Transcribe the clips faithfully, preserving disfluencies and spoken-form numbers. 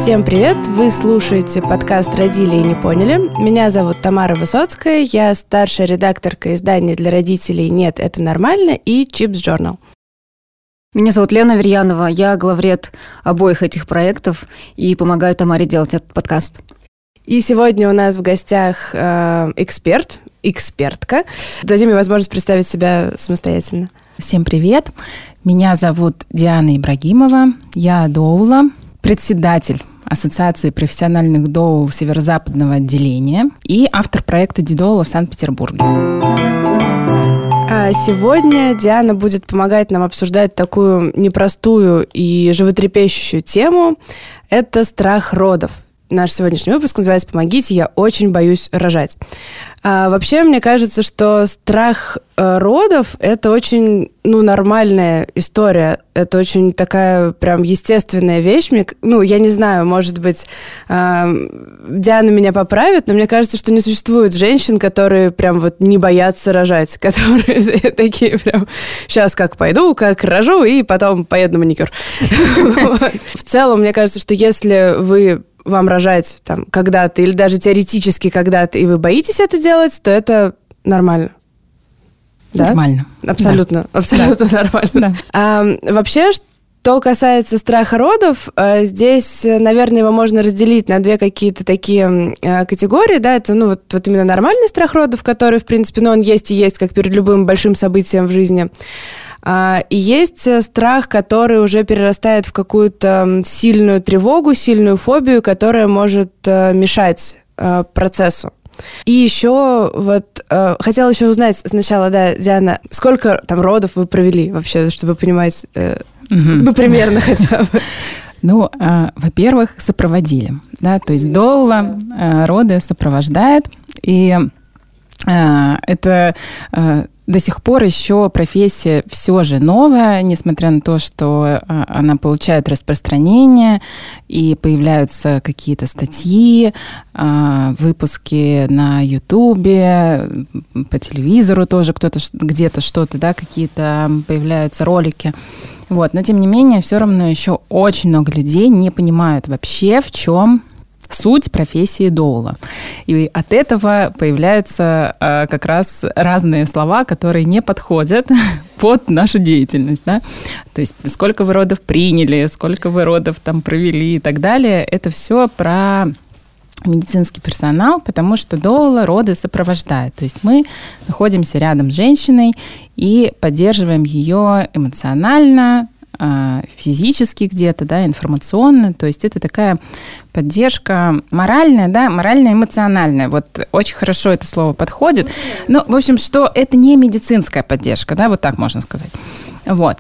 Всем привет! Вы слушаете подкаст «Родили и не поняли». Меня зовут Тамара Высоцкая, я старшая редакторка издания для родителей «Нет, это нормально» и Chips Journal. Меня зовут Лена Верьянова, я главред обоих этих проектов и помогаю Тамаре делать этот подкаст. И сегодня у нас в гостях э, эксперт, экспертка. Дадим ей возможность представить себя самостоятельно. Всем привет! Меня зовут Диана Ибрагимова, я доула, председатель Ассоциации профессиональных доул Северо-Западного отделения и автор проекта Дидоула в Санкт-Петербурге. А сегодня Диана будет помогать нам обсуждать такую непростую и животрепещущую тему. Это страх родов. Наш сегодняшний выпуск называется «Помогите, я очень боюсь рожать». А вообще, мне кажется, что страх э, родов – это очень ну, нормальная история. Это очень такая прям естественная вещь. Мне, ну, я не знаю, может быть, э, Диана меня поправит, но мне кажется, что не существует женщин, которые прям вот не боятся рожать, которые такие прям «сейчас как пойду, как рожу, и потом поеду на маникюр». В целом, мне кажется, что если вы вам рожать там когда-то или даже теоретически когда-то, и вы боитесь это делать, то это нормально. Да? Нормально. Абсолютно, да. абсолютно да. нормально. Да. А, вообще, что касается страха родов, здесь, наверное, его можно разделить на две какие-то такие категории. Да? Это ну, вот, вот именно нормальный страх родов, который, в принципе, ну, он есть и есть, как перед любым большим событием в жизни. И есть страх, который уже перерастает в какую-то сильную тревогу, сильную фобию, которая может мешать процессу. И еще вот хотела еще узнать сначала, да, Диана, сколько там родов вы провели вообще, чтобы понимать, угу. ну, примерно хотя бы. Ну, во-первых, сопроводили, да, то есть доула роды сопровождает, и это до сих пор еще профессия все же новая, несмотря на то, что она получает распространение, и появляются какие-то статьи, выпуски на Ютубе, по телевизору тоже кто-то где-то что-то, да, какие-то появляются ролики. Вот. Но, тем не менее, все равно еще очень много людей не понимают вообще, в чем суть профессии доула. И от этого появляются э, как раз разные слова, которые не подходят под нашу деятельность. Да? То есть сколько вы родов приняли, сколько вы родов там провели и так далее. Это все про медицинский персонал, потому что доула роды сопровождает. То есть мы находимся рядом с женщиной и поддерживаем ее эмоционально, физически где-то, да, информационно. То есть это такая поддержка моральная, да, морально-эмоциональная. Вот очень хорошо это слово подходит. Ну, в общем, что это не медицинская поддержка, да, вот так можно сказать. Вот.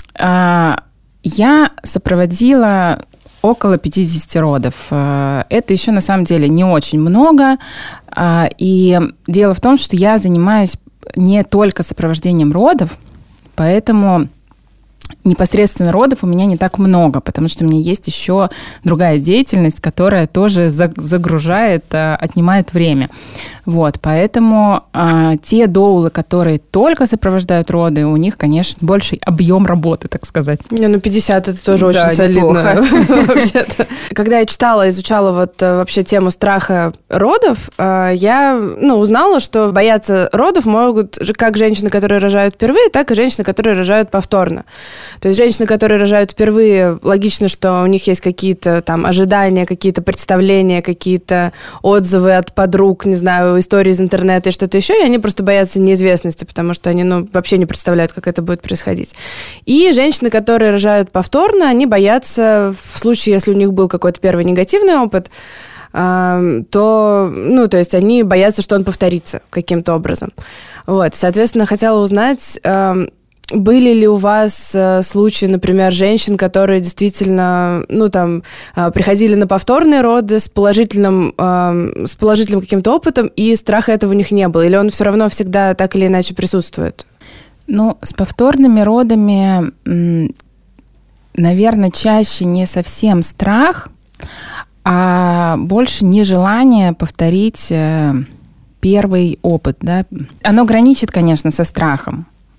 Я сопроводила около пятьдесят родов. Это еще на самом деле не очень много. И дело в том, что я занимаюсь не только сопровождением родов, поэтому непосредственно родов у меня не так много, потому что у меня есть еще другая деятельность, которая тоже загружает, отнимает время. Вот, поэтому а, те доулы, которые только сопровождают роды, у них, конечно, больший объем работы, так сказать. Не, ну пятьдесят это тоже очень солидно. Когда я читала, изучала вот вообще тему страха родов, я ну, узнала, что бояться родов могут как женщины, которые рожают впервые, так и женщины, которые рожают повторно. То есть женщины, которые рожают впервые, логично, что у них есть какие-то там ожидания, какие-то представления, какие-то отзывы от подруг, не знаю, истории из интернета и что-то еще, и они просто боятся неизвестности, потому что они ну, вообще не представляют, как это будет происходить. И женщины, которые рожают повторно, они боятся в случае, если у них был какой-то первый негативный опыт, то, ну, то есть они боятся, что он повторится каким-то образом. Вот, соответственно, хотела узнать, были ли у вас э, случаи, например, женщин, которые действительно, ну, там, э, приходили на повторные роды с положительным, э, с положительным каким-то опытом, и страха этого у них не было? Или он все равно всегда так или иначе присутствует? Ну, с повторными родами, наверное, чаще не совсем страх, а больше нежелание повторить первый опыт, да. Оно граничит, конечно, со страхом.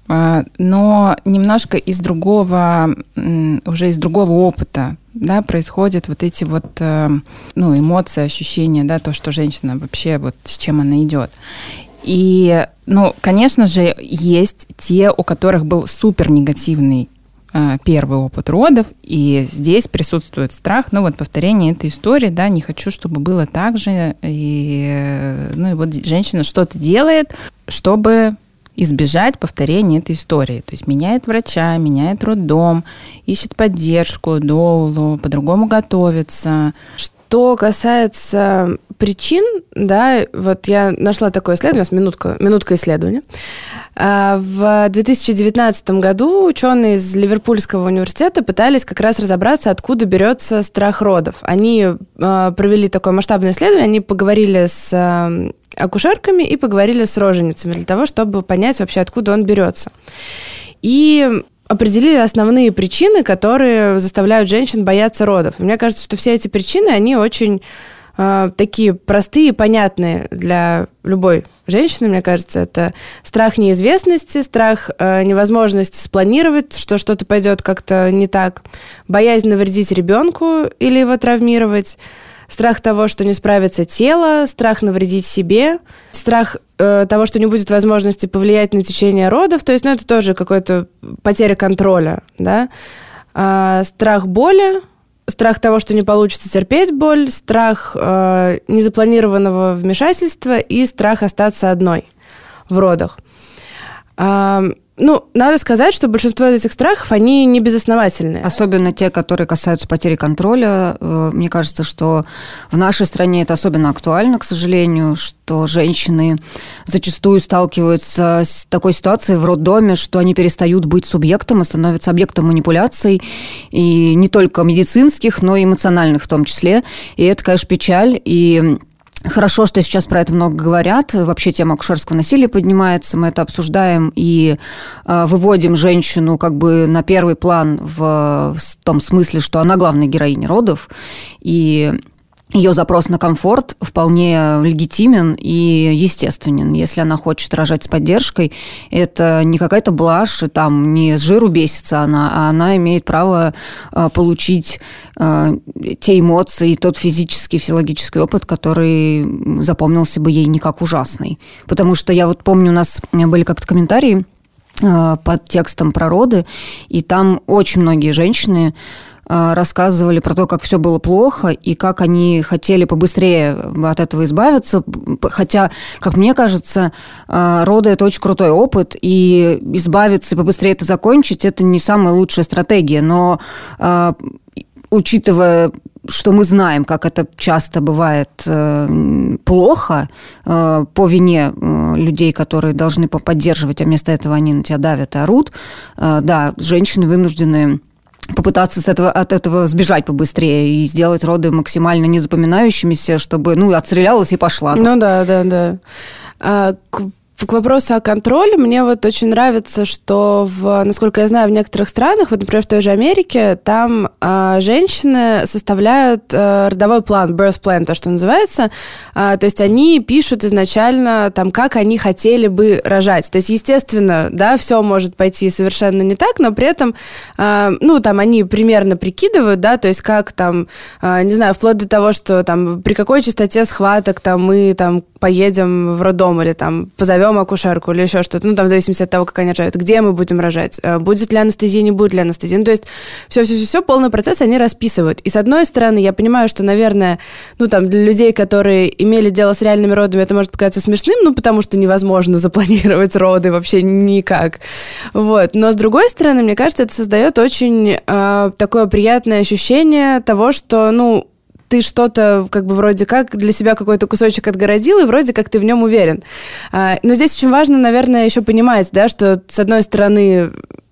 но немножко из другого, уже из другого опыта, да, происходят вот эти вот, ну, эмоции, ощущения, да, то, что женщина вообще, вот с чем она идет. И, ну, конечно же, есть те, у которых был супер негативный первый опыт родов, и здесь присутствует страх, ну вот повторение этой истории, да, не хочу, чтобы было так же, и, ну и вот женщина что-то делает, чтобы избежать повторения этой истории, то есть меняет врача, меняет роддом, ищет поддержку, доулу, по-другому готовится. Что касается причин, да, вот я нашла такое исследование, минутка, минутка исследования. В две тысячи девятнадцатом году ученые из Ливерпульского университета пытались как раз разобраться, откуда берется страх родов. Они провели такое масштабное исследование, они поговорили с акушерками и поговорили с роженицами для того, чтобы понять вообще, откуда он берется. И определили основные причины, которые заставляют женщин бояться родов. И мне кажется, что все эти причины, они очень э, такие простые и понятные для любой женщины, мне кажется. Это страх неизвестности, страх э, невозможности спланировать, что что-то пойдет как-то не так, боязнь навредить ребенку или его травмировать, страх того, что не справится тело, страх навредить себе, страх э, того, что не будет возможности повлиять на течение родов. То есть, ну, это тоже какая-то потеря контроля, да. А, страх боли, страх того, что не получится терпеть боль, страх э, незапланированного вмешательства и страх остаться одной в родах. А, Ну, надо сказать, что большинство из этих страхов, они не безосновательные. Особенно те, которые касаются потери контроля. Мне кажется, что в нашей стране это особенно актуально, к сожалению, что женщины зачастую сталкиваются с такой ситуацией в роддоме, что они перестают быть субъектом и становятся объектом манипуляций, и не только медицинских, но и эмоциональных в том числе. И это, конечно, печаль, и хорошо, что сейчас про это много говорят. Вообще тема акушерского насилия поднимается, мы это обсуждаем и э, выводим женщину как бы на первый план в, в том смысле, что она главная героиня родов, и ее запрос на комфорт вполне легитимен и естественен. Если она хочет рожать с поддержкой, это не какая-то блажь, там, не с жиру бесится она, а она имеет право получить те эмоции, тот физический, физиологический опыт, который запомнился бы ей не как ужасный. Потому что я вот помню, у нас были как-то комментарии под текстом про роды, и там очень многие женщины рассказывали про то, как все было плохо и как они хотели побыстрее от этого избавиться. Хотя, как мне кажется, роды – это очень крутой опыт, и избавиться и побыстрее это закончить – это не самая лучшая стратегия. Но учитывая, что мы знаем, как это часто бывает плохо по вине людей, которые должны поддерживать, а вместо этого они на тебя давят и орут, да, женщины вынуждены попытаться с этого, от этого сбежать побыстрее и сделать роды максимально незапоминающимися, чтобы, ну, отстрелялась и пошла. Ну да, да, да. А, к, к вопросу о контроле, мне вот очень нравится, что, в, насколько я знаю, в некоторых странах, вот, например, в той же Америке, там а, женщины составляют а, родовой план, birth plan, то, что называется. А, то есть они пишут изначально, там, как они хотели бы рожать. То есть, естественно, да, все может пойти совершенно не так, но при этом, а, ну, там, они примерно прикидывают, да, то есть как там, а, не знаю, вплоть до того, что там, при какой частоте схваток там мы там поедем в роддом или там позовем акушерку или еще что-то, ну, там, в зависимости от того, как они рожают, где мы будем рожать, будет ли анестезия, не будет ли анестезии. Ну, то есть все-все-все, полный процесс они расписывают. И, с одной стороны, я понимаю, что, наверное, ну, там, для людей, которые имели дело с реальными родами, это может показаться смешным, ну, потому что невозможно запланировать роды вообще никак. Вот. Но, с другой стороны, мне кажется, это создает очень э, такое приятное ощущение того, что, ну, ты что-то как бы вроде как для себя какой-то кусочек отгородил, и вроде как ты в нем уверен. Но здесь очень важно, наверное, еще понимать, да, что с одной стороны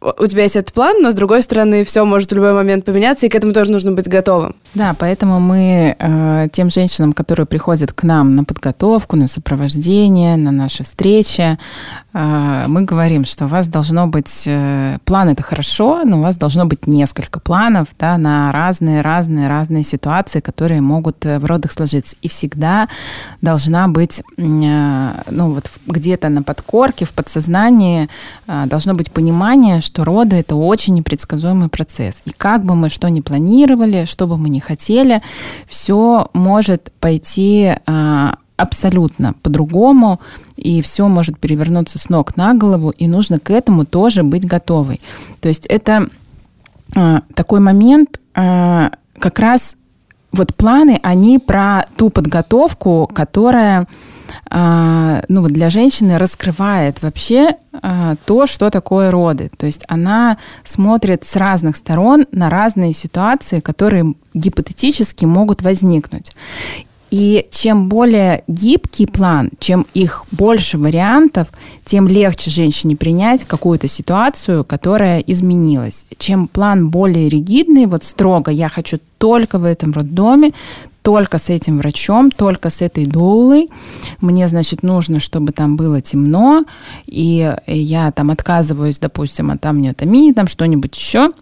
у тебя есть этот план, но, с другой стороны, все может в любой момент поменяться, и к этому тоже нужно быть готовым. Да, поэтому мы э, тем женщинам, которые приходят к нам на подготовку, на сопровождение, на наши встречи, э, мы говорим, что у вас должно быть... Э, план – это хорошо, но у вас должно быть несколько планов, да, на разные-разные-разные ситуации, которые могут в родах сложиться. И всегда должна быть, э, ну, вот где-то на подкорке, в подсознании э, должно быть понимание, что роды – это очень непредсказуемый процесс. И как бы мы что ни планировали, что бы мы ни хотели, все может пойти а, абсолютно по-другому, и все может перевернуться с ног на голову, и нужно к этому тоже быть готовой. То есть это а, такой момент, а, как раз вот планы, они про ту подготовку, которая а, ну, вот для женщины раскрывает вообще а, то, что такое роды. То есть она смотрит с разных сторон на разные ситуации, которые гипотетически могут возникнуть. И чем более гибкий план, чем их больше вариантов, тем легче женщине принять какую-то ситуацию, которая изменилась. Чем план более ригидный, вот строго, я хочу только в этом роддоме, только с этим врачом, только с этой доулой. Мне, значит, нужно, чтобы там было темно, и я там отказываюсь, допустим, от амниотомии, там что-нибудь еще,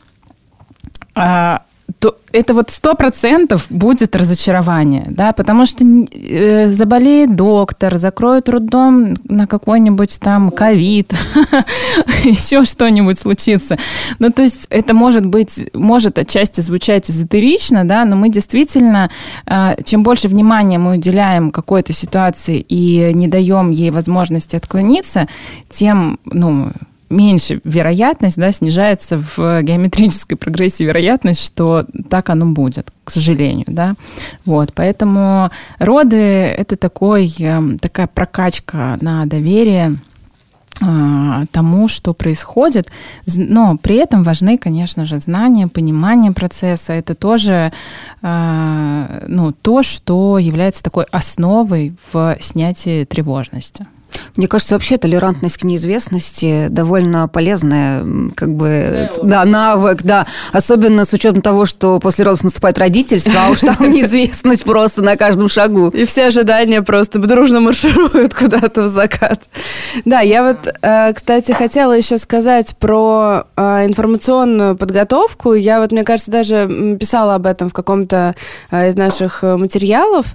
то это вот сто процентов будет разочарование, да, потому что э, заболеет доктор, закроют роддом на какой-нибудь там ковид, еще что-нибудь случится. Ну, то есть это может быть, может отчасти звучать эзотерично, да, но мы действительно, э, чем больше внимания мы уделяем какой-то ситуации и не даем ей возможности отклониться, тем, ну, меньше вероятность, да, снижается в геометрической прогрессии вероятность, что так оно будет, к сожалению, да. Вот, поэтому роды – это такой, такая прокачка на доверие тому, что происходит, но при этом важны, конечно же, знания, понимание процесса. Это тоже, ну, то, что является такой основой в снятии тревожности. Мне кажется, вообще толерантность к неизвестности довольно полезная, как бы, да, навык, да, особенно с учетом того, что после родов наступает родительство, а уж там неизвестность просто на каждом шагу. И все ожидания просто дружно маршируют куда-то в закат. Да, я вот, кстати, хотела еще сказать про информационную подготовку. Я вот, мне кажется, даже писала об этом в каком-то из наших материалов,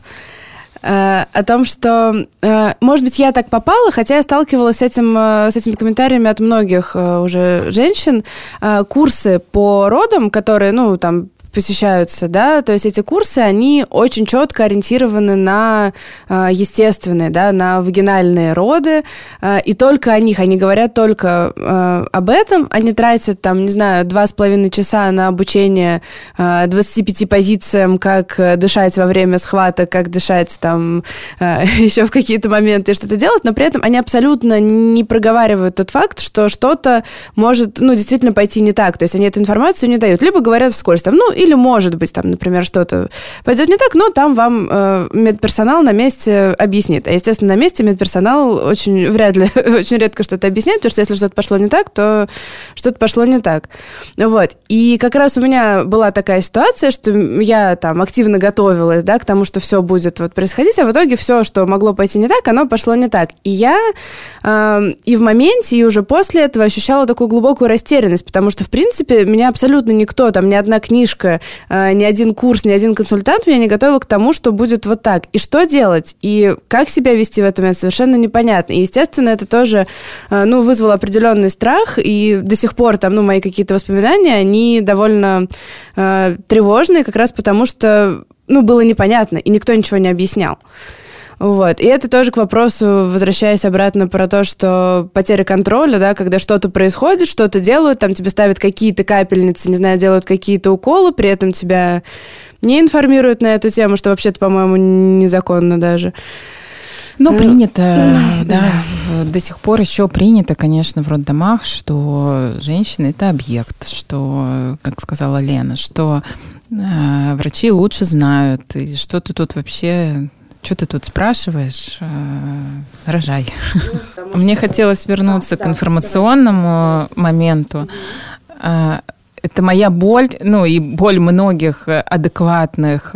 о том, что, может быть, я так попала, хотя я сталкивалась с, этим, с этими комментариями от многих уже женщин. Курсы по родам, которые, ну, там, посещаются, да, то есть эти курсы, они очень четко ориентированы на э, естественные, да, на вагинальные роды, э, и только о них, они говорят только э, об этом, они тратят, там, не знаю, два с половиной часа на обучение э, двадцати пяти позициям, как дышать во время схваток, как дышать, там, э, еще в какие-то моменты что-то делать, но при этом они абсолютно не проговаривают тот факт, что что-то может, ну, действительно пойти не так, то есть они эту информацию не дают, либо говорят вскользь, там, ну, или, может быть, там, например, что-то пойдет не так, но там вам э, медперсонал на месте объяснит. А, естественно, на месте медперсонал очень вряд ли, очень редко что-то объясняет, потому что если что-то пошло не так, то что-то пошло не так. Вот. И как раз у меня была такая ситуация, что я там активно готовилась, да, к тому, что все будет вот происходить, а в итоге все, что могло пойти не так, оно пошло не так. И я э, и в моменте, и уже после этого ощущала такую глубокую растерянность, потому что, в принципе, меня абсолютно никто, там, ни одна книжка, ни один курс, ни один консультант меня не готовил к тому, что будет вот так. И что делать? И как себя вести в этом, это совершенно непонятно. И, естественно, это тоже, ну, вызвало определенный страх, и до сих пор там, ну, мои какие-то воспоминания, они довольно э, тревожные, как раз потому что, ну, было непонятно, и никто ничего не объяснял. Вот. И это тоже к вопросу, возвращаясь обратно про то, что потеря контроля, да, когда что-то происходит, что-то делают, там тебе ставят какие-то капельницы, не знаю, делают какие-то уколы, при этом тебя не информируют на эту тему, что вообще-то, по-моему, незаконно даже. Ну, принято, да, да, до сих пор еще принято, конечно, в роддомах, что женщина – это объект, что, как сказала Лена, что э, врачи лучше знают, и что ты тут вообще что ты тут спрашиваешь? Рожай. Мне хотелось вернуться к информационному моменту. Это моя боль, ну и боль многих адекватных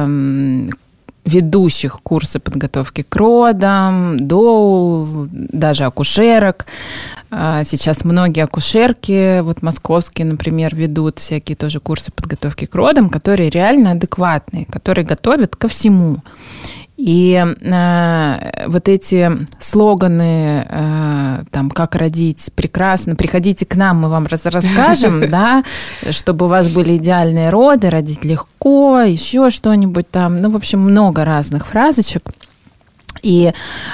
ведущих курсы подготовки к родам, доул, даже акушерок. Сейчас многие акушерки, вот московские, например, ведут всякие тоже курсы подготовки к родам, которые реально адекватные, которые готовят ко всему. И э, вот эти слоганы, э, там, как родить прекрасно, приходите к нам, мы вам раз- расскажем, да, чтобы у вас были идеальные роды, родить легко, еще что-нибудь там. Ну, в общем, много разных фразочек. И,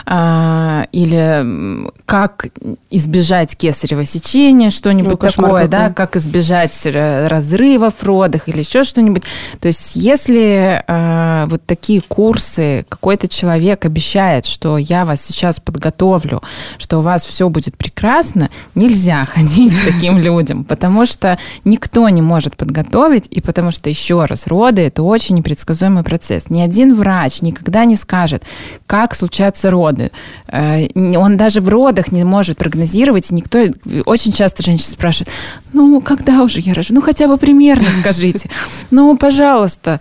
а, или как избежать кесарево сечения, что-нибудь ну, такое, да, как избежать разрывов в родах или еще что-нибудь. То есть если а, вот такие курсы, какой-то человек обещает, что я вас сейчас подготовлю, что у вас все будет прекрасно, нельзя ходить к таким людям, потому что никто не может подготовить, и потому что, еще раз, роды – это очень непредсказуемый процесс. Ни один врач никогда не скажет, как случаются роды. Он даже в родах не может прогнозировать. И никто... Очень часто женщины спрашивают, ну, когда уже я рожу? Ну, хотя бы примерно скажите. Ну, пожалуйста.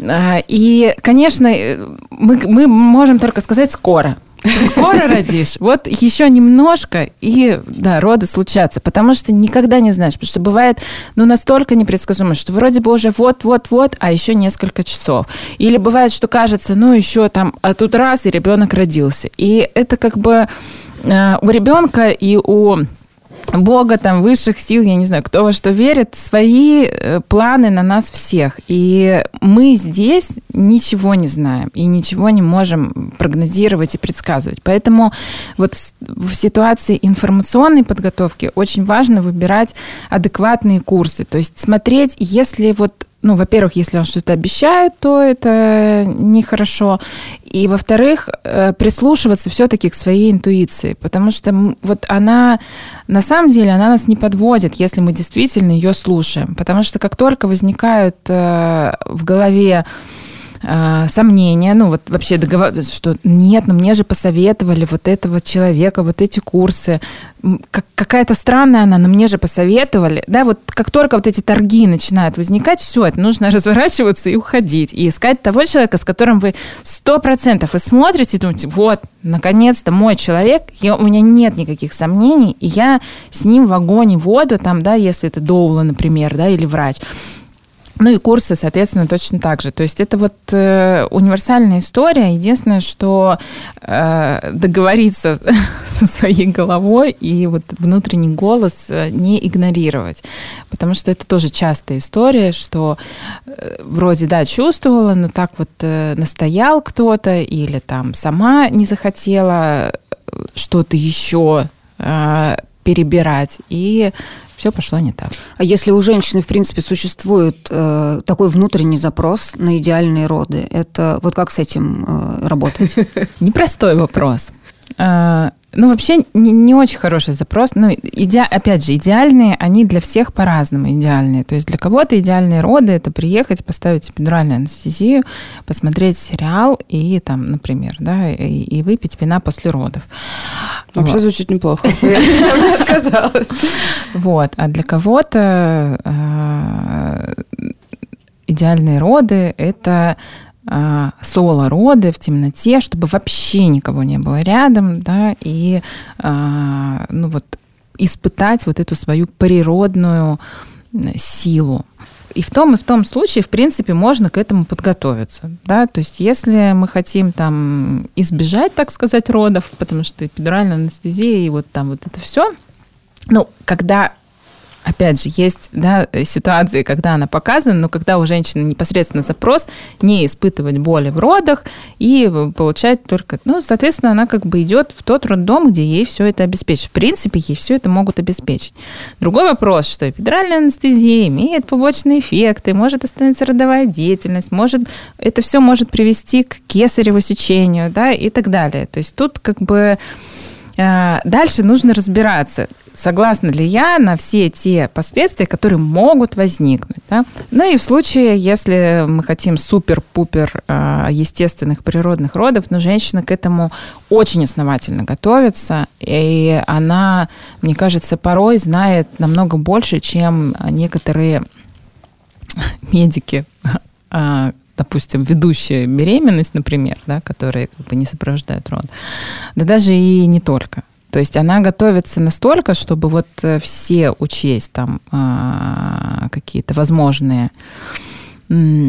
И, конечно, мы, мы можем только сказать «скоро». Скоро родишь. Вот еще немножко, и, да, роды случатся. Потому что никогда не знаешь. Потому что бывает, ну, настолько непредсказуемо, что вроде бы уже вот-вот-вот, а еще несколько часов. Или бывает, что кажется, ну, еще там, а тут раз, и ребенок родился. И это как бы э, у ребенка и у Бога, там, высших сил, я не знаю, кто во что верит, свои планы на нас всех. И мы здесь ничего не знаем и ничего не можем прогнозировать и предсказывать. Поэтому вот в, в ситуации информационной подготовки очень важно выбирать адекватные курсы. То есть смотреть, если вот ну, во-первых, если он что-то обещает, то это нехорошо. И, во-вторых, прислушиваться все-таки к своей интуиции, потому что вот она, на самом деле, она нас не подводит, если мы действительно ее слушаем. Потому что как только возникают в голове сомнения, ну вот вообще договор, что нет, ну мне же посоветовали вот этого человека, вот эти курсы, как, какая-то странная она, но мне же посоветовали, да, вот как только вот эти торги начинают возникать, все, это нужно разворачиваться и уходить, и искать того человека, с которым вы сто процентов и смотрите, и думаете, вот, наконец-то мой человек, я, у меня нет никаких сомнений, и я с ним в огонь и воду, там, да, если это доула, например, да, или врач. Ну и курсы, соответственно, точно так же. То есть это вот э, универсальная история. Единственное, что э, договориться со своей головой и вот внутренний голос не игнорировать. Потому что это тоже частая история, что э, вроде, да, чувствовала, но так вот э, настоял кто-то или там сама не захотела что-то еще э, перебирать. И все пошло не так. А если у женщины, в принципе, существует э, такой внутренний запрос на идеальные роды, это вот как с этим э, работать? Непростой вопрос. Ну, вообще, не, не очень хороший запрос. Ну, иде... опять же, идеальные, они для всех по-разному идеальные. То есть для кого-то идеальные роды – это приехать, поставить эпидуральную анестезию, посмотреть сериал и, там, например, да, и, и выпить вина после родов. Вообще вот. Звучит неплохо. Я бы отказалась. Вот. А для кого-то идеальные роды – это соло-роды в темноте, чтобы вообще никого не было рядом, да, и ну, вот, испытать вот эту свою природную силу. И в том и в том случае, в принципе, можно к этому подготовиться. Да? То есть если мы хотим там избежать, так сказать, родов, потому что эпидуральная анестезия и вот там вот это все, ну, когда... Опять же, есть, да, ситуации, когда она показана, но когда у женщины непосредственно запрос не испытывать боли в родах и получать только... Ну, соответственно, она как бы идет в тот роддом, где ей все это обеспечить. В принципе, ей все это могут обеспечить. Другой вопрос, что эпидуральная анестезия имеет побочные эффекты, может остановиться родовая деятельность, может, это все может привести к кесареву сечению, да, и так далее. То есть тут как бы... Дальше нужно разбираться, согласна ли я на все те последствия, которые могут возникнуть. Да? Ну и в случае, если мы хотим супер-пупер э, естественных природных родов, но женщина к этому очень основательно готовится, и она, мне кажется, порой знает намного больше, чем некоторые медики, э, допустим, ведущие беременность, например, да, которые как бы не сопровождают род, да даже и не только. То есть она готовится настолько, чтобы вот все учесть там э, какие-то возможные э,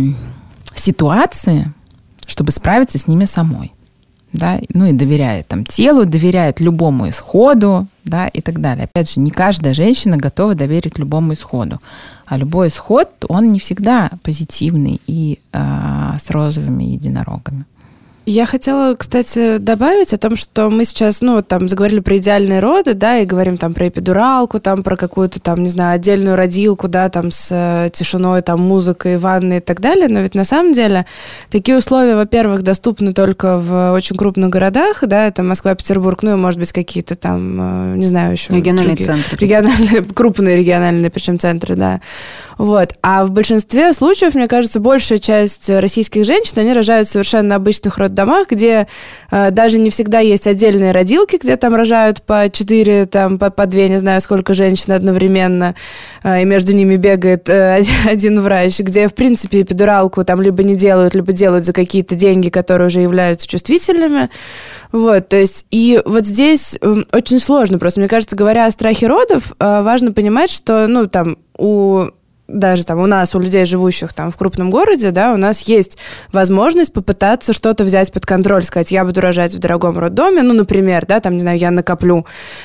ситуации, чтобы справиться с ними самой. Да? Ну и доверяет там телу, доверяет любому исходу, да, и так далее. Опять же, не каждая женщина готова доверить любому исходу. А любой исход, он не всегда позитивный и э, с розовыми единорогами. Я хотела, кстати, добавить о том, что мы сейчас, ну, вот там заговорили про идеальные роды, да, и говорим там про эпидуралку, там про какую-то там, не знаю, отдельную родилку, да, там с э, тишиной, там, музыкой, ванной и так далее, но ведь на самом деле такие условия, во-первых, доступны только в очень крупных городах, да, это Москва, Петербург, ну, и, может быть, какие-то там, э, не знаю, еще... Региональные другие, центры. Региональные, крупные региональные, причем центры, да. Вот. А в большинстве случаев, мне кажется, большая часть российских женщин, они рожают в совершенно обычных роддомах, где э, даже не всегда есть отдельные родилки, где там рожают по четыре, там, по, по две, не знаю, сколько женщин одновременно, э, и между ними бегает э, один, один врач, где, в принципе, эпидуралку там либо не делают, либо делают за какие-то деньги, которые уже являются чувствительными. Вот, то есть, и вот здесь э, очень сложно просто. Мне кажется, говоря о страхе родов, э, важно понимать, что, ну, там, у... даже там у нас, у людей, живущих там в крупном городе, да, у нас есть возможность попытаться что-то взять под контроль, сказать, я буду рожать в дорогом роддоме, ну, например, да, там, не знаю, я накоплю,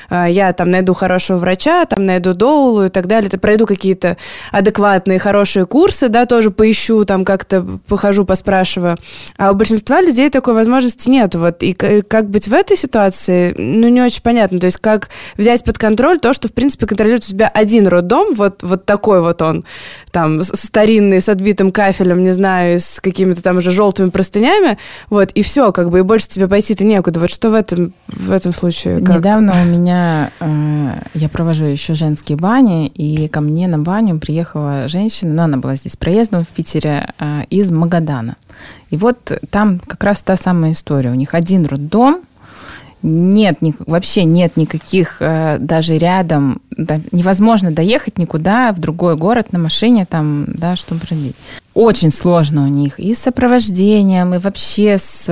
я там найду хорошего врача, там найду доулу и так далее, пройду какие-то адекватные, хорошие курсы, да, тоже поищу, там как-то похожу, поспрашиваю. А у большинства людей такой возможности нет, вот, и как быть в этой ситуации, ну, не очень понятно, то есть как взять под контроль то, что, в принципе, контролирует у тебя один роддом, вот, вот такой вот он, там, старинный, с отбитым кафелем, не знаю, с какими-то там уже желтыми простынями, вот, и все, как бы, и больше тебе пойти-то некуда. Вот что в этом, в этом случае? Как? Недавно у меня, э, я провожу еще женские бани, и ко мне на баню приехала женщина, ну, она была здесь проездом в Питере, э, из Магадана. И вот там как раз та самая история. У них один роддом, нет, ни, вообще нет никаких, э, даже рядом, да, невозможно доехать никуда в другой город на машине, там, да, чтобы родить. Очень сложно у них и с сопровождением, и вообще с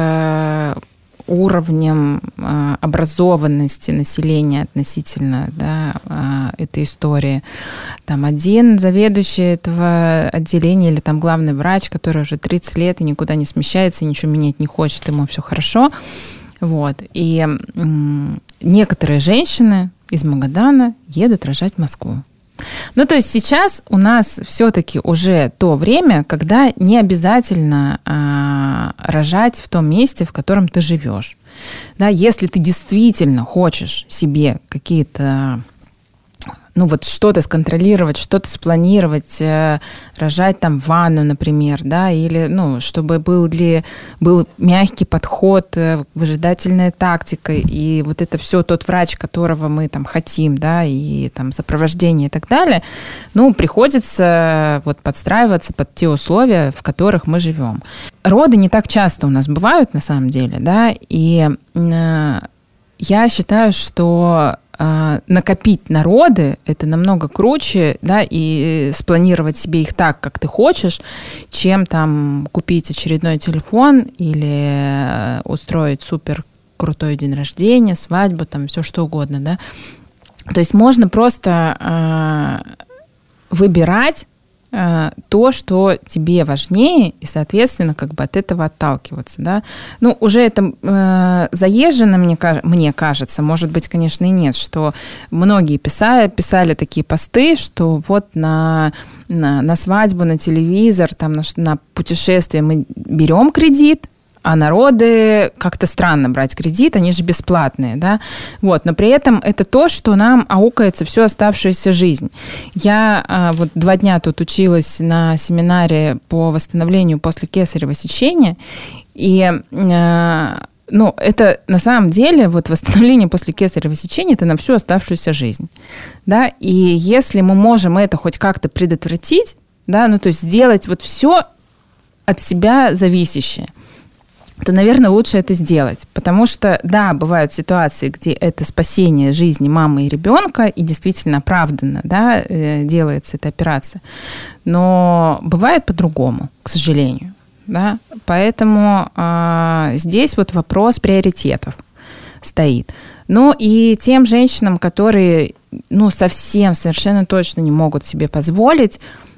э, уровнем э, образованности населения относительно, да, э, этой истории. Там один заведующий этого отделения или там главный врач, который уже тридцать лет и никуда не смещается, и ничего менять не хочет, ему все хорошо. Вот. И м- некоторые женщины из Магадана едут рожать в Москву. Ну, то есть сейчас у нас все-таки уже то время, когда не обязательно а, рожать в том месте, в котором ты живешь. Да, если ты действительно хочешь себе какие-то... ну, вот что-то сконтролировать, что-то спланировать, э, рожать там ванну, например, да, или, ну, чтобы был, ли, был мягкий подход, э, выжидательная тактика, и вот это все тот врач, которого мы там хотим, да, и там сопровождение и так далее, ну, приходится вот подстраиваться под те условия, в которых мы живем. Роды не так часто у нас бывают, на самом деле, да, и э, я считаю, что накопить на роды – это намного круче, да, и спланировать себе их так, как ты хочешь, чем там купить очередной телефон или устроить супер крутой день рождения, свадьбу, там все что угодно, да. То есть можно просто э, выбирать то, что тебе важнее, и, соответственно, как бы от этого отталкиваться, да. Ну, уже это э, заезжено, мне, мне кажется, может быть, конечно, и нет, что многие писали, писали такие посты, что вот на, на, на свадьбу, на телевизор, там, на, на путешествие мы берем кредит, а народы как-то странно брать кредит, они же бесплатные, да, вот, но при этом это то, что нам аукается всю оставшуюся жизнь. Я а, вот два дня тут училась на семинаре по восстановлению после кесарево сечения, и а, ну, это на самом деле вот восстановление после кесарево сечения это на всю оставшуюся жизнь, да, и если мы можем это хоть как-то предотвратить, да, ну, то есть сделать вот все от себя зависящее, то, наверное, лучше это сделать. Потому что, да, бывают ситуации, где это спасение жизни мамы и ребенка, и действительно оправданно, да, делается эта операция. Но бывает по-другому, к сожалению. Да? Поэтому э, здесь вот вопрос приоритетов стоит. Ну и тем женщинам, которые ну, совсем, совершенно точно не могут себе позволить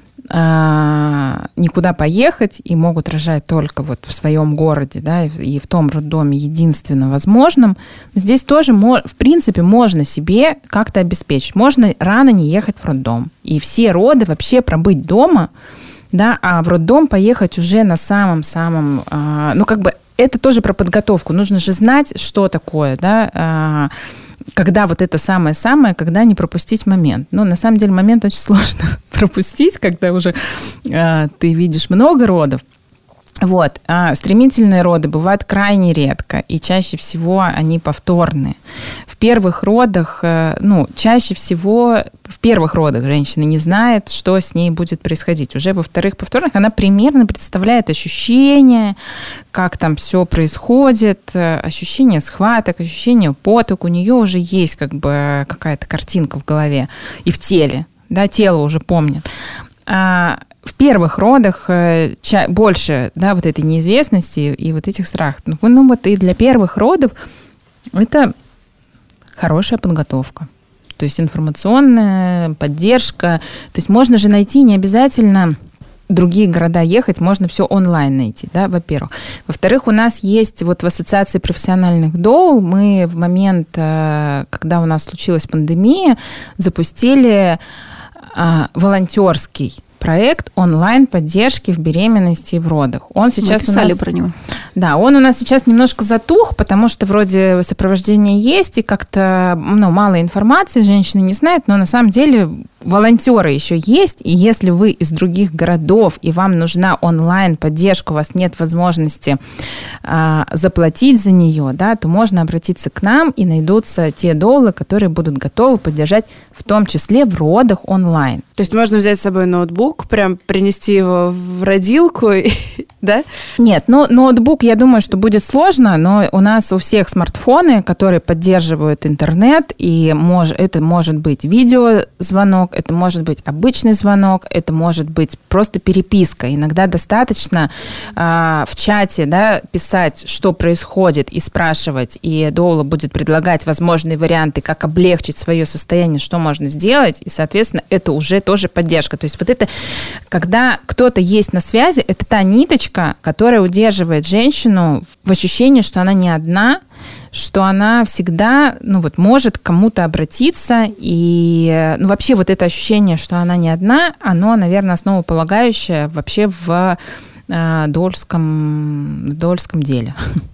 а, никуда поехать и могут рожать только вот в своем городе, да, и, и в том роддоме единственно возможном, здесь тоже, в принципе, можно себе как-то обеспечить. Можно рано не ехать в роддом. И все роды вообще пробыть дома, да, а в роддом поехать уже на самом-самом... А, ну, как бы это тоже про подготовку. Нужно же знать, что такое, да, а, когда вот это самое-самое, когда не пропустить момент. Но на самом деле момент очень сложно пропустить, когда уже а, ты видишь много родов. Вот. А стремительные роды бывают крайне редко, и чаще всего они повторные. В первых родах, ну, чаще всего в первых родах женщина не знает, что с ней будет происходить. Уже во вторых повторных она примерно представляет ощущения, как там все происходит, ощущение схваток, ощущение поток. У нее уже есть как бы какая-то картинка в голове и в теле, да, тело уже помнит. А в первых родах больше, да, вот этой неизвестности и вот этих страхов. Ну вот и для первых родов это хорошая подготовка. То есть информационная поддержка. То есть можно же найти, не обязательно в другие города ехать, можно все онлайн найти, да, во-первых. Во-вторых, у нас есть вот в Ассоциации профессиональных доул, мы в момент, когда у нас случилась пандемия, запустили волонтерский проект онлайн-поддержки в беременности и в родах. Он сейчас Мы писали у нас... про него. Да, он у нас сейчас немножко затух, потому что вроде сопровождение есть, и как-то ну, мало информации, женщины не знают, но на самом деле волонтеры еще есть, и если вы из других городов, и вам нужна онлайн-поддержка, у вас нет возможности а, заплатить за нее, да, то можно обратиться к нам, и найдутся те доулы, которые будут готовы поддержать, в том числе в родах онлайн. То есть можно взять с собой ноутбук, прям принести его в родилку, да? Нет, ну ноутбук, я думаю, что будет сложно, но у нас у всех смартфоны, которые поддерживают интернет, и мож, это может быть видеозвонок, это может быть обычный звонок, это может быть просто переписка. Иногда достаточно э, в чате, да, писать, что происходит, и спрашивать, и доула будет предлагать возможные варианты, как облегчить свое состояние, что можно сделать, и, соответственно, это уже тоже поддержка. То есть вот это, когда кто-то есть на связи, это та ниточка, которая удерживает женщину в ощущении, что она не одна, что она всегда, ну вот, может к кому-то обратиться, и, ну, вообще вот это ощущение, что она не одна, оно, наверное, основополагающее вообще в э, доульском, в доульском деле.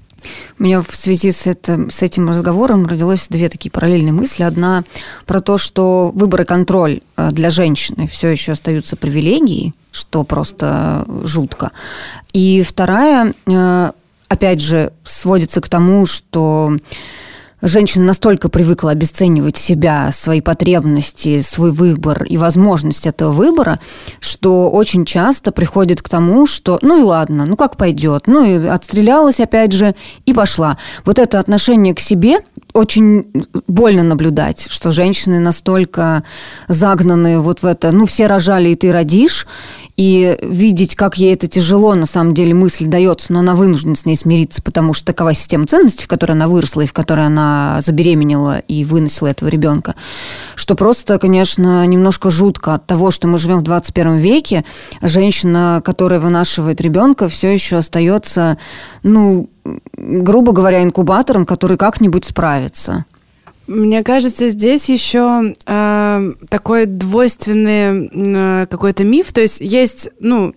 У меня в связи с, это, с этим разговором родилось две такие параллельные мысли. Одна про то, что выбор и контроль для женщины все еще остаются привилегией, что просто жутко. И вторая, опять же, сводится к тому, что женщина настолько привыкла обесценивать себя, свои потребности, свой выбор и возможность этого выбора, что очень часто приходит к тому, что ну и ладно, ну как пойдет, ну и отстрелялась опять же и пошла. Вот это отношение к себе очень больно наблюдать, что женщины настолько загнаны вот в это, ну все рожали, и ты родишь, и видеть, как ей это тяжело, на самом деле мысль дается, но она вынуждена с ней смириться, потому что такова система ценностей, в которой она выросла и в которой она забеременела и выносила этого ребенка, что просто, конечно, немножко жутко от того, что мы живем в двадцать первом веке, женщина, которая вынашивает ребенка, все еще остается, ну, грубо говоря, инкубатором, который как-нибудь справится. Мне кажется, здесь еще э, такой двойственный э, какой-то миф. То есть есть, ну,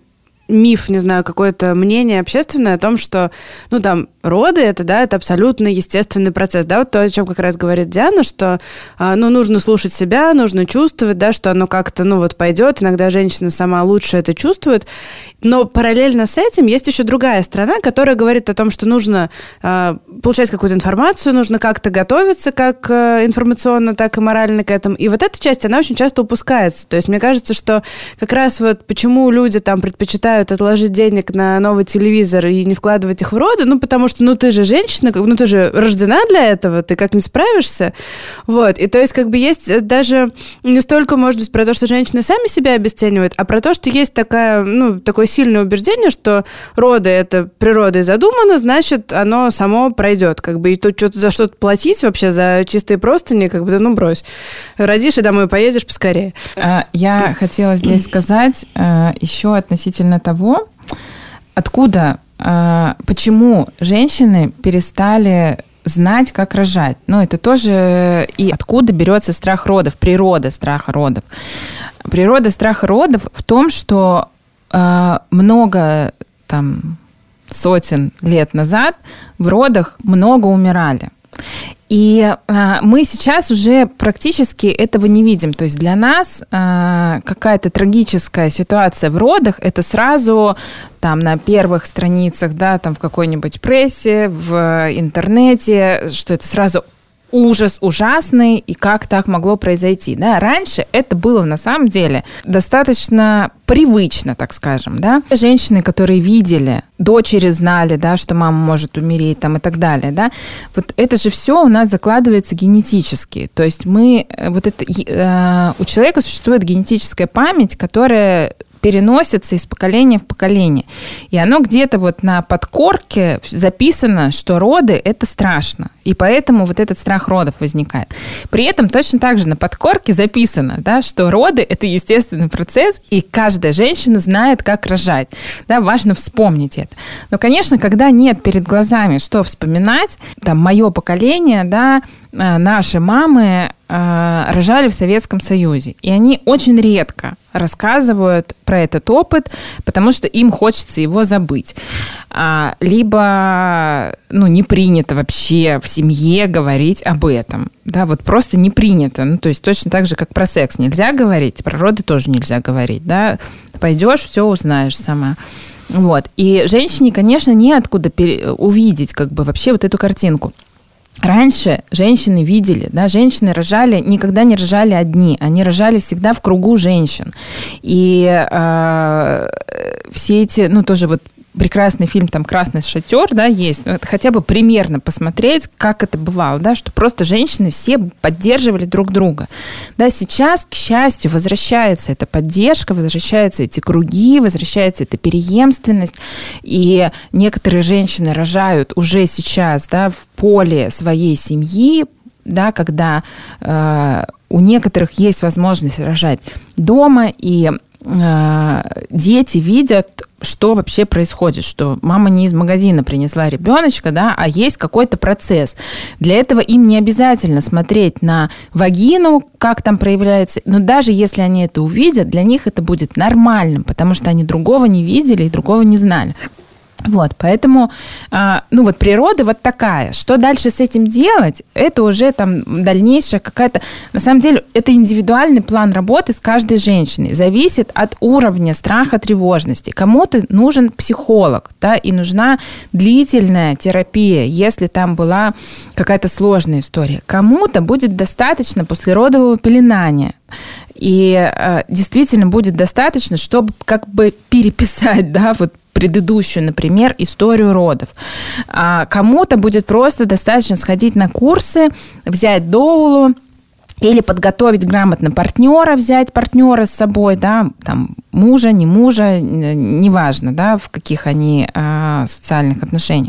миф, не знаю, какое-то мнение общественное о том, что, ну, там, роды, это, да, это абсолютно естественный процесс, да, вот то, о чем как раз говорит Диана, что, ну, нужно слушать себя, нужно чувствовать, да, что оно как-то, ну, вот пойдет, иногда женщина сама лучше это чувствует, но параллельно с этим есть еще другая сторона, которая говорит о том, что нужно э, получать какую-то информацию, нужно как-то готовиться как э, информационно, так и морально к этому, и вот эта часть, она очень часто упускается, то есть мне кажется, что как раз вот почему люди там предпочитают отложить денег на новый телевизор и не вкладывать их в роды, ну, потому что, ну, ты же женщина, ну, ты же рождена для этого, ты как не справишься, вот, и то есть, как бы, есть даже не столько, может быть, про то, что женщины сами себя обесценивают, а про то, что есть такая, ну, такое сильное убеждение, что роды — это природой задумано, значит, оно само пройдет, как бы, и тут что-то за что-то платить вообще, за чистые простыни, как бы, да, ну, брось, родишь и домой поедешь поскорее. Я хотела здесь сказать еще относительно того, откуда, э, почему женщины перестали знать, как рожать. Ну, это тоже и откуда берется страх родов, природа страха родов. Природа страха родов в том, что э, много там сотен лет назад в родах много умирали. И э, мы сейчас уже практически этого не видим. То есть для нас э, какая-то трагическая ситуация в родах, это сразу там на первых страницах, да, там в какой-нибудь прессе, в интернете, что это сразу ужас ужасный, и как так могло произойти. Да? Раньше это было на самом деле достаточно привычно, так скажем. Да? Женщины, которые видели, дочери знали, да, что мама может умереть там, и так далее. Да? Вот это же все у нас закладывается генетически. То есть мы, вот это, э, у человека существует генетическая память, которая переносится из поколения в поколение. И оно где-то вот на подкорке записано, что роды – это страшно. И поэтому вот этот страх родов возникает. При этом точно так же на подкорке записано, да, что роды – это естественный процесс, и каждая женщина знает, как рожать. Да, важно вспомнить это. Но, конечно, когда нет перед глазами, что вспоминать, там, мое поколение, да, наши мамы рожали в Советском Союзе. И они очень редко рассказывают про этот опыт, потому что им хочется его забыть. Либо, ну, не принято вообще в семье говорить об этом. Да, вот просто не принято. Ну, то есть точно так же, как про секс нельзя говорить, про роды тоже нельзя говорить. Да? Пойдешь, все узнаешь сама. Вот. И женщине, конечно, неоткуда пере- увидеть как бы вообще вот эту картинку. Раньше женщины видели, да, женщины рожали, никогда не рожали одни, они рожали всегда в кругу женщин. И э, все эти, ну, тоже вот прекрасный фильм там «Красный шатер», да, есть, ну, это хотя бы примерно посмотреть, как это бывало, да, что просто женщины все поддерживали друг друга. Да, сейчас, к счастью, возвращается эта поддержка, возвращаются эти круги, возвращается эта преемственность, и некоторые женщины рожают уже сейчас, да, в поле своей семьи, да, когда э, у некоторых есть возможность рожать дома, и э, дети видят, что вообще происходит, что мама не из магазина принесла ребеночка, да, а есть какой-то процесс. Для этого им не обязательно смотреть на вагину, как там проявляется, но даже если они это увидят, для них это будет нормальным, потому что они другого не видели и другого не знали. Вот, поэтому, ну вот природа вот такая. Что дальше с этим делать, это уже там дальнейшая какая-то... На самом деле, это индивидуальный план работы с каждой женщиной. Зависит от уровня страха, тревожности. Кому-то нужен психолог, да, и нужна длительная терапия, если там была какая-то сложная история. Кому-то будет достаточно послеродового пеленания. И э, действительно будет достаточно, чтобы как бы переписать, да, вот предыдущую, например, историю родов. А кому-то будет просто достаточно сходить на курсы, взять доулу или подготовить грамотно партнера, взять партнера с собой, да, там, мужа, не мужа, неважно, да, в каких они а, социальных отношениях.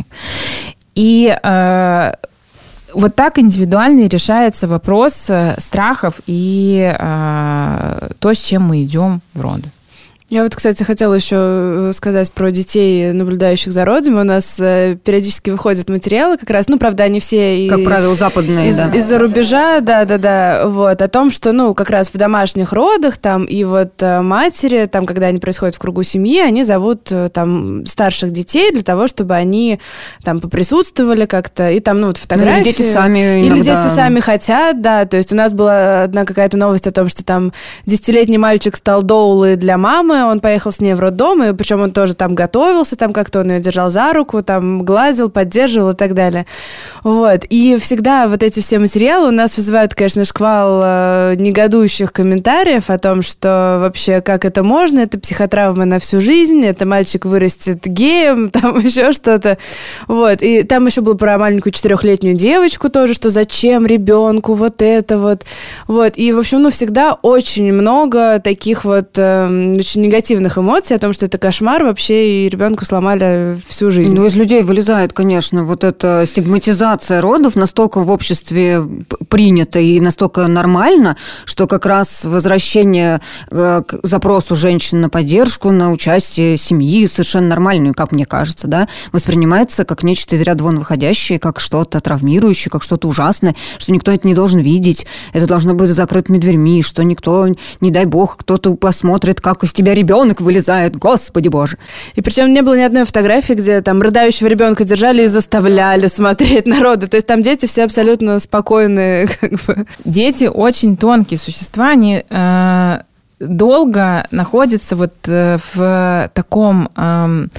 И а, вот так индивидуально решается вопрос страхов и а, то, с чем мы идем в роды. Я вот, кстати, хотела еще сказать про детей, наблюдающих за родами. У нас э, периодически выходят материалы как раз, ну, правда, они все... Как и, правило, западные, из, да. Из-за рубежа, да-да-да, вот, о том, что, ну, как раз в домашних родах там и вот э, матери, там, когда они происходят в кругу семьи, они зовут э, там старших детей для того, чтобы они там поприсутствовали как-то, и там, ну, вот фотографии. Ну, или дети сами Или иногда... дети сами хотят, да, то есть у нас была одна какая-то новость о том, что там десятилетний мальчик стал доулой для мамы, он поехал с ней в роддом, и причем он тоже там готовился, там как-то он ее держал за руку, там гладил, поддерживал и так далее. Вот. И всегда вот эти все материалы у нас вызывают, конечно, шквал э, негодующих комментариев о том, что вообще как это можно, это психотравма на всю жизнь, это мальчик вырастет геем, там еще что-то. Вот. И там еще было про маленькую четырехлетнюю девочку тоже, что зачем ребенку вот это вот. Вот. И, в общем, ну, всегда очень много таких вот э, очень негативных эмоций о том, что это кошмар вообще, и ребенку сломали всю жизнь. Ну, из людей вылезает, конечно, вот эта стигматизация родов настолько в обществе принята и настолько нормально, что как раз возвращение к запросу женщин на поддержку, на участие семьи совершенно нормальную, как мне кажется, да, воспринимается как нечто из ряда вон выходящее, как что-то травмирующее, как что-то ужасное, что никто это не должен видеть, это должно быть за закрытыми дверьми, что никто, не дай бог, кто-то посмотрит, как из тебя ребенок вылезает, господи боже. И причем не было ни одной фотографии, где там рыдающего ребенка держали и заставляли смотреть на роды. То есть там дети все абсолютно спокойные. Как бы. Дети очень тонкие существа, они э, долго находятся вот э, в таком... Э,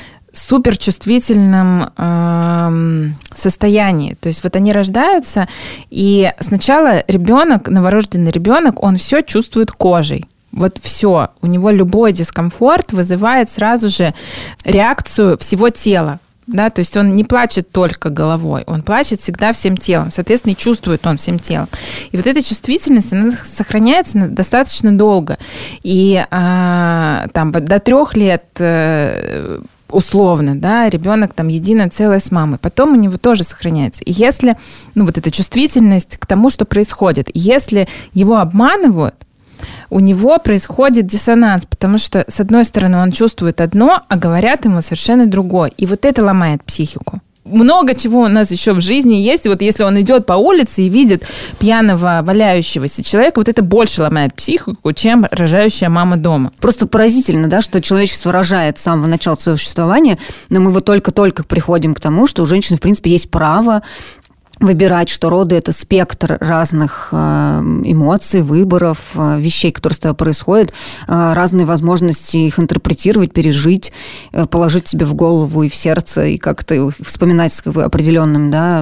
суперчувствительном э, состоянии. То есть вот они рождаются, и сначала ребенок, новорожденный ребенок, он все чувствует кожей. Вот все. У него любой дискомфорт вызывает сразу же реакцию всего тела. Да, то есть он не плачет только головой, он плачет всегда всем телом, соответственно, и чувствует он всем телом. И вот эта чувствительность, она сохраняется достаточно долго. И а, там до трех лет условно, да, ребенок там единое целое с мамой. Потом у него тоже сохраняется. И если, ну, вот эта чувствительность к тому, что происходит, если его обманывают, у него происходит диссонанс, потому что, с одной стороны, он чувствует одно, а говорят ему совершенно другое. И вот это ломает психику. Много чего у нас еще в жизни есть. Вот если он идет по улице и видит пьяного, валяющегося человека, вот это больше ломает психику, чем рожающая мама дома. Просто поразительно, да, что человечество рожает с самого начала своего существования, но мы вот только-только приходим к тому, что у женщины, в принципе, есть право выбирать, что роды – это спектр разных эмоций, выборов, вещей, которые с тобой происходят, разные возможности их интерпретировать, пережить, положить себе в голову и в сердце, и как-то вспоминать с определенным, да,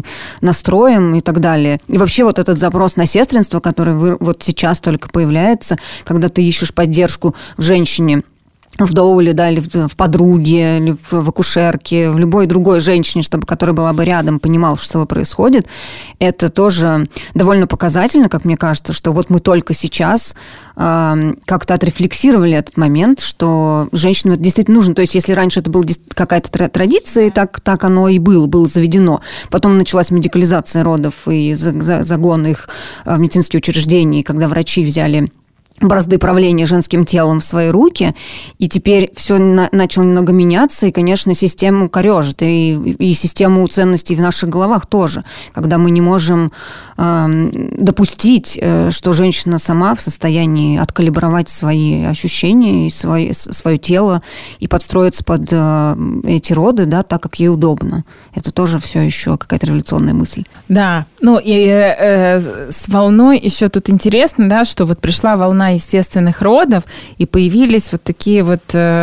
настроем и так далее. И вообще вот этот запрос на сестринство, который вот сейчас только появляется, когда ты ищешь поддержку в женщине, в доуле, да, или в, в подруге, или в, в акушерке, в любой другой женщине, чтобы, которая была бы рядом, понимала, что с тобой происходит, это тоже довольно показательно, как мне кажется, что вот мы только сейчас э, как-то отрефлексировали этот момент, что женщинам это действительно нужно. То есть, если раньше это была какая-то традиция, и так, так оно и было, было заведено. Потом началась медикализация родов и загон их в медицинские учреждения, когда врачи взяли бразды правления женским телом в свои руки, и теперь все на, начало немного меняться, и, конечно, систему корежит, и, и систему ценностей в наших головах тоже, когда мы не можем э, допустить, э, что женщина сама в состоянии откалибровать свои ощущения и свои, свое тело и подстроиться под э, эти роды, да, так, как ей удобно. Это тоже все еще какая-то революционная мысль. Да, ну и э, э, с волной еще тут интересно, да, что вот пришла волна естественных родов, и появились вот такие вот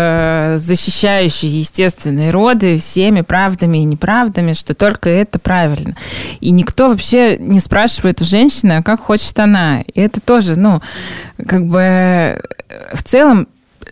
э, защищающие естественные роды всеми правдами и неправдами, что только это правильно. И никто вообще не спрашивает у женщины, а как хочет она. И это тоже, ну, как бы в целом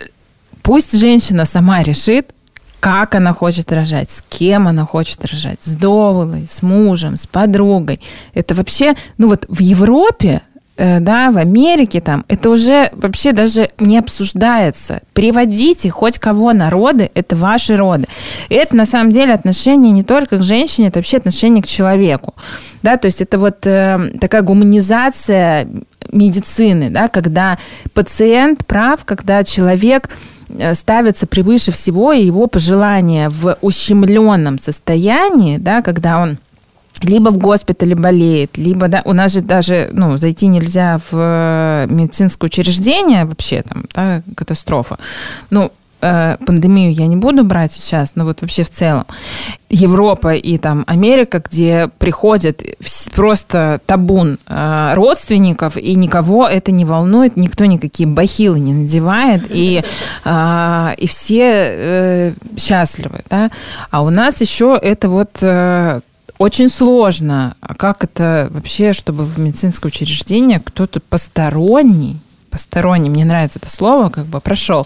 пусть женщина сама решит, как она хочет рожать, с кем она хочет рожать, с доулой, с мужем, с подругой. Это вообще, ну вот в Европе, да, в Америке там, это уже вообще даже не обсуждается. Приводите хоть кого на роды, это ваши роды. И это на самом деле отношение не только к женщине, это вообще отношение к человеку. Да, то есть это вот э, такая гуманизация медицины, да, когда пациент прав, когда человек ставится превыше всего, и его пожелания в ущемленном состоянии, да, когда он либо в госпитале болеет, либо, да, у нас же даже, ну, зайти нельзя в медицинское учреждение вообще, там, да, катастрофа. Ну, пандемию я не буду брать сейчас, но вот вообще в целом. Европа и там Америка, где приходят просто табун родственников, и никого это не волнует, никто никакие бахилы не надевает, и, и все счастливы, да? А у нас еще это вот очень сложно. А как это вообще, чтобы в медицинское учреждение кто-то посторонний, посторонний, мне нравится это слово, как бы прошел.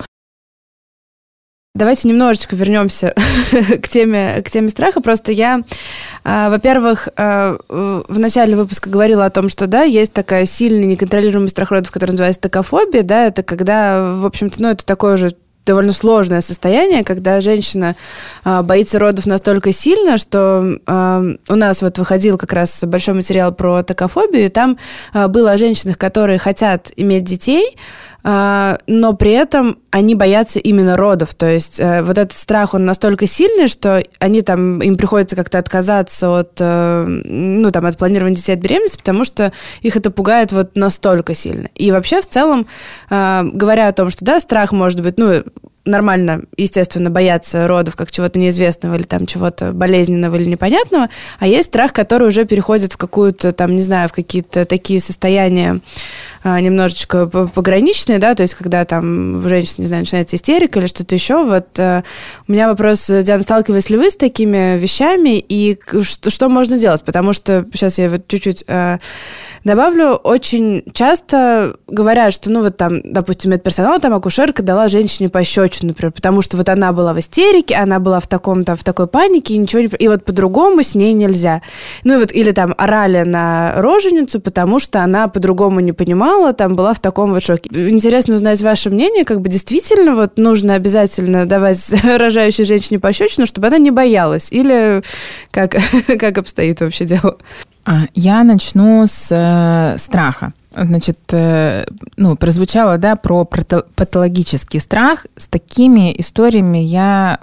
Давайте немножечко вернемся к теме, к теме страха. Просто я, э, во-первых, э, в начале выпуска говорила о том, что, да, есть такая сильная неконтролируемый страх родов, который называется токофобия, да, это когда, в общем-то, ну, это такое уже довольно сложное состояние, когда женщина э, боится родов настолько сильно, что э, у нас вот выходил как раз большой материал про токофобию, и там э, было о женщинах, которые хотят иметь детей, э, но при этом они боятся именно родов. То есть э, вот этот страх, он настолько сильный, что они там, им приходится как-то отказаться от, э, ну, там, от планирования детей, от беременности, потому что их это пугает вот настолько сильно. И вообще в целом, э, говоря о том, что, да, страх может быть, ну, нормально, естественно, бояться родов как чего-то неизвестного или там чего-то болезненного или непонятного, а есть страх, который уже переходит в какую-то там, не знаю, в какие-то такие состояния а, немножечко пограничные, да, то есть когда там в женщине, не знаю, начинается истерика или что-то еще. Вот а, у меня вопрос, Диана, сталкивались ли вы с такими вещами и что, что можно делать? Потому что, сейчас я вот чуть-чуть а, добавлю, очень часто говорят, что, ну, вот там, допустим, медперсонал, там, акушерка дала женщине пощечину, например, потому что вот она была в истерике, она была в таком, там, в такой панике, и ничего не... И вот по-другому с ней нельзя. Ну, и вот, или там орали на роженицу, потому что она по-другому не понимала, там, была в таком вот шоке. Интересно узнать ваше мнение, как бы действительно вот нужно обязательно давать рожающей женщине пощечину, чтобы она не боялась, или как, как обстоит вообще дело? Я начну с э, страха. Значит, э, ну, прозвучало, да, про патологический страх. С такими историями я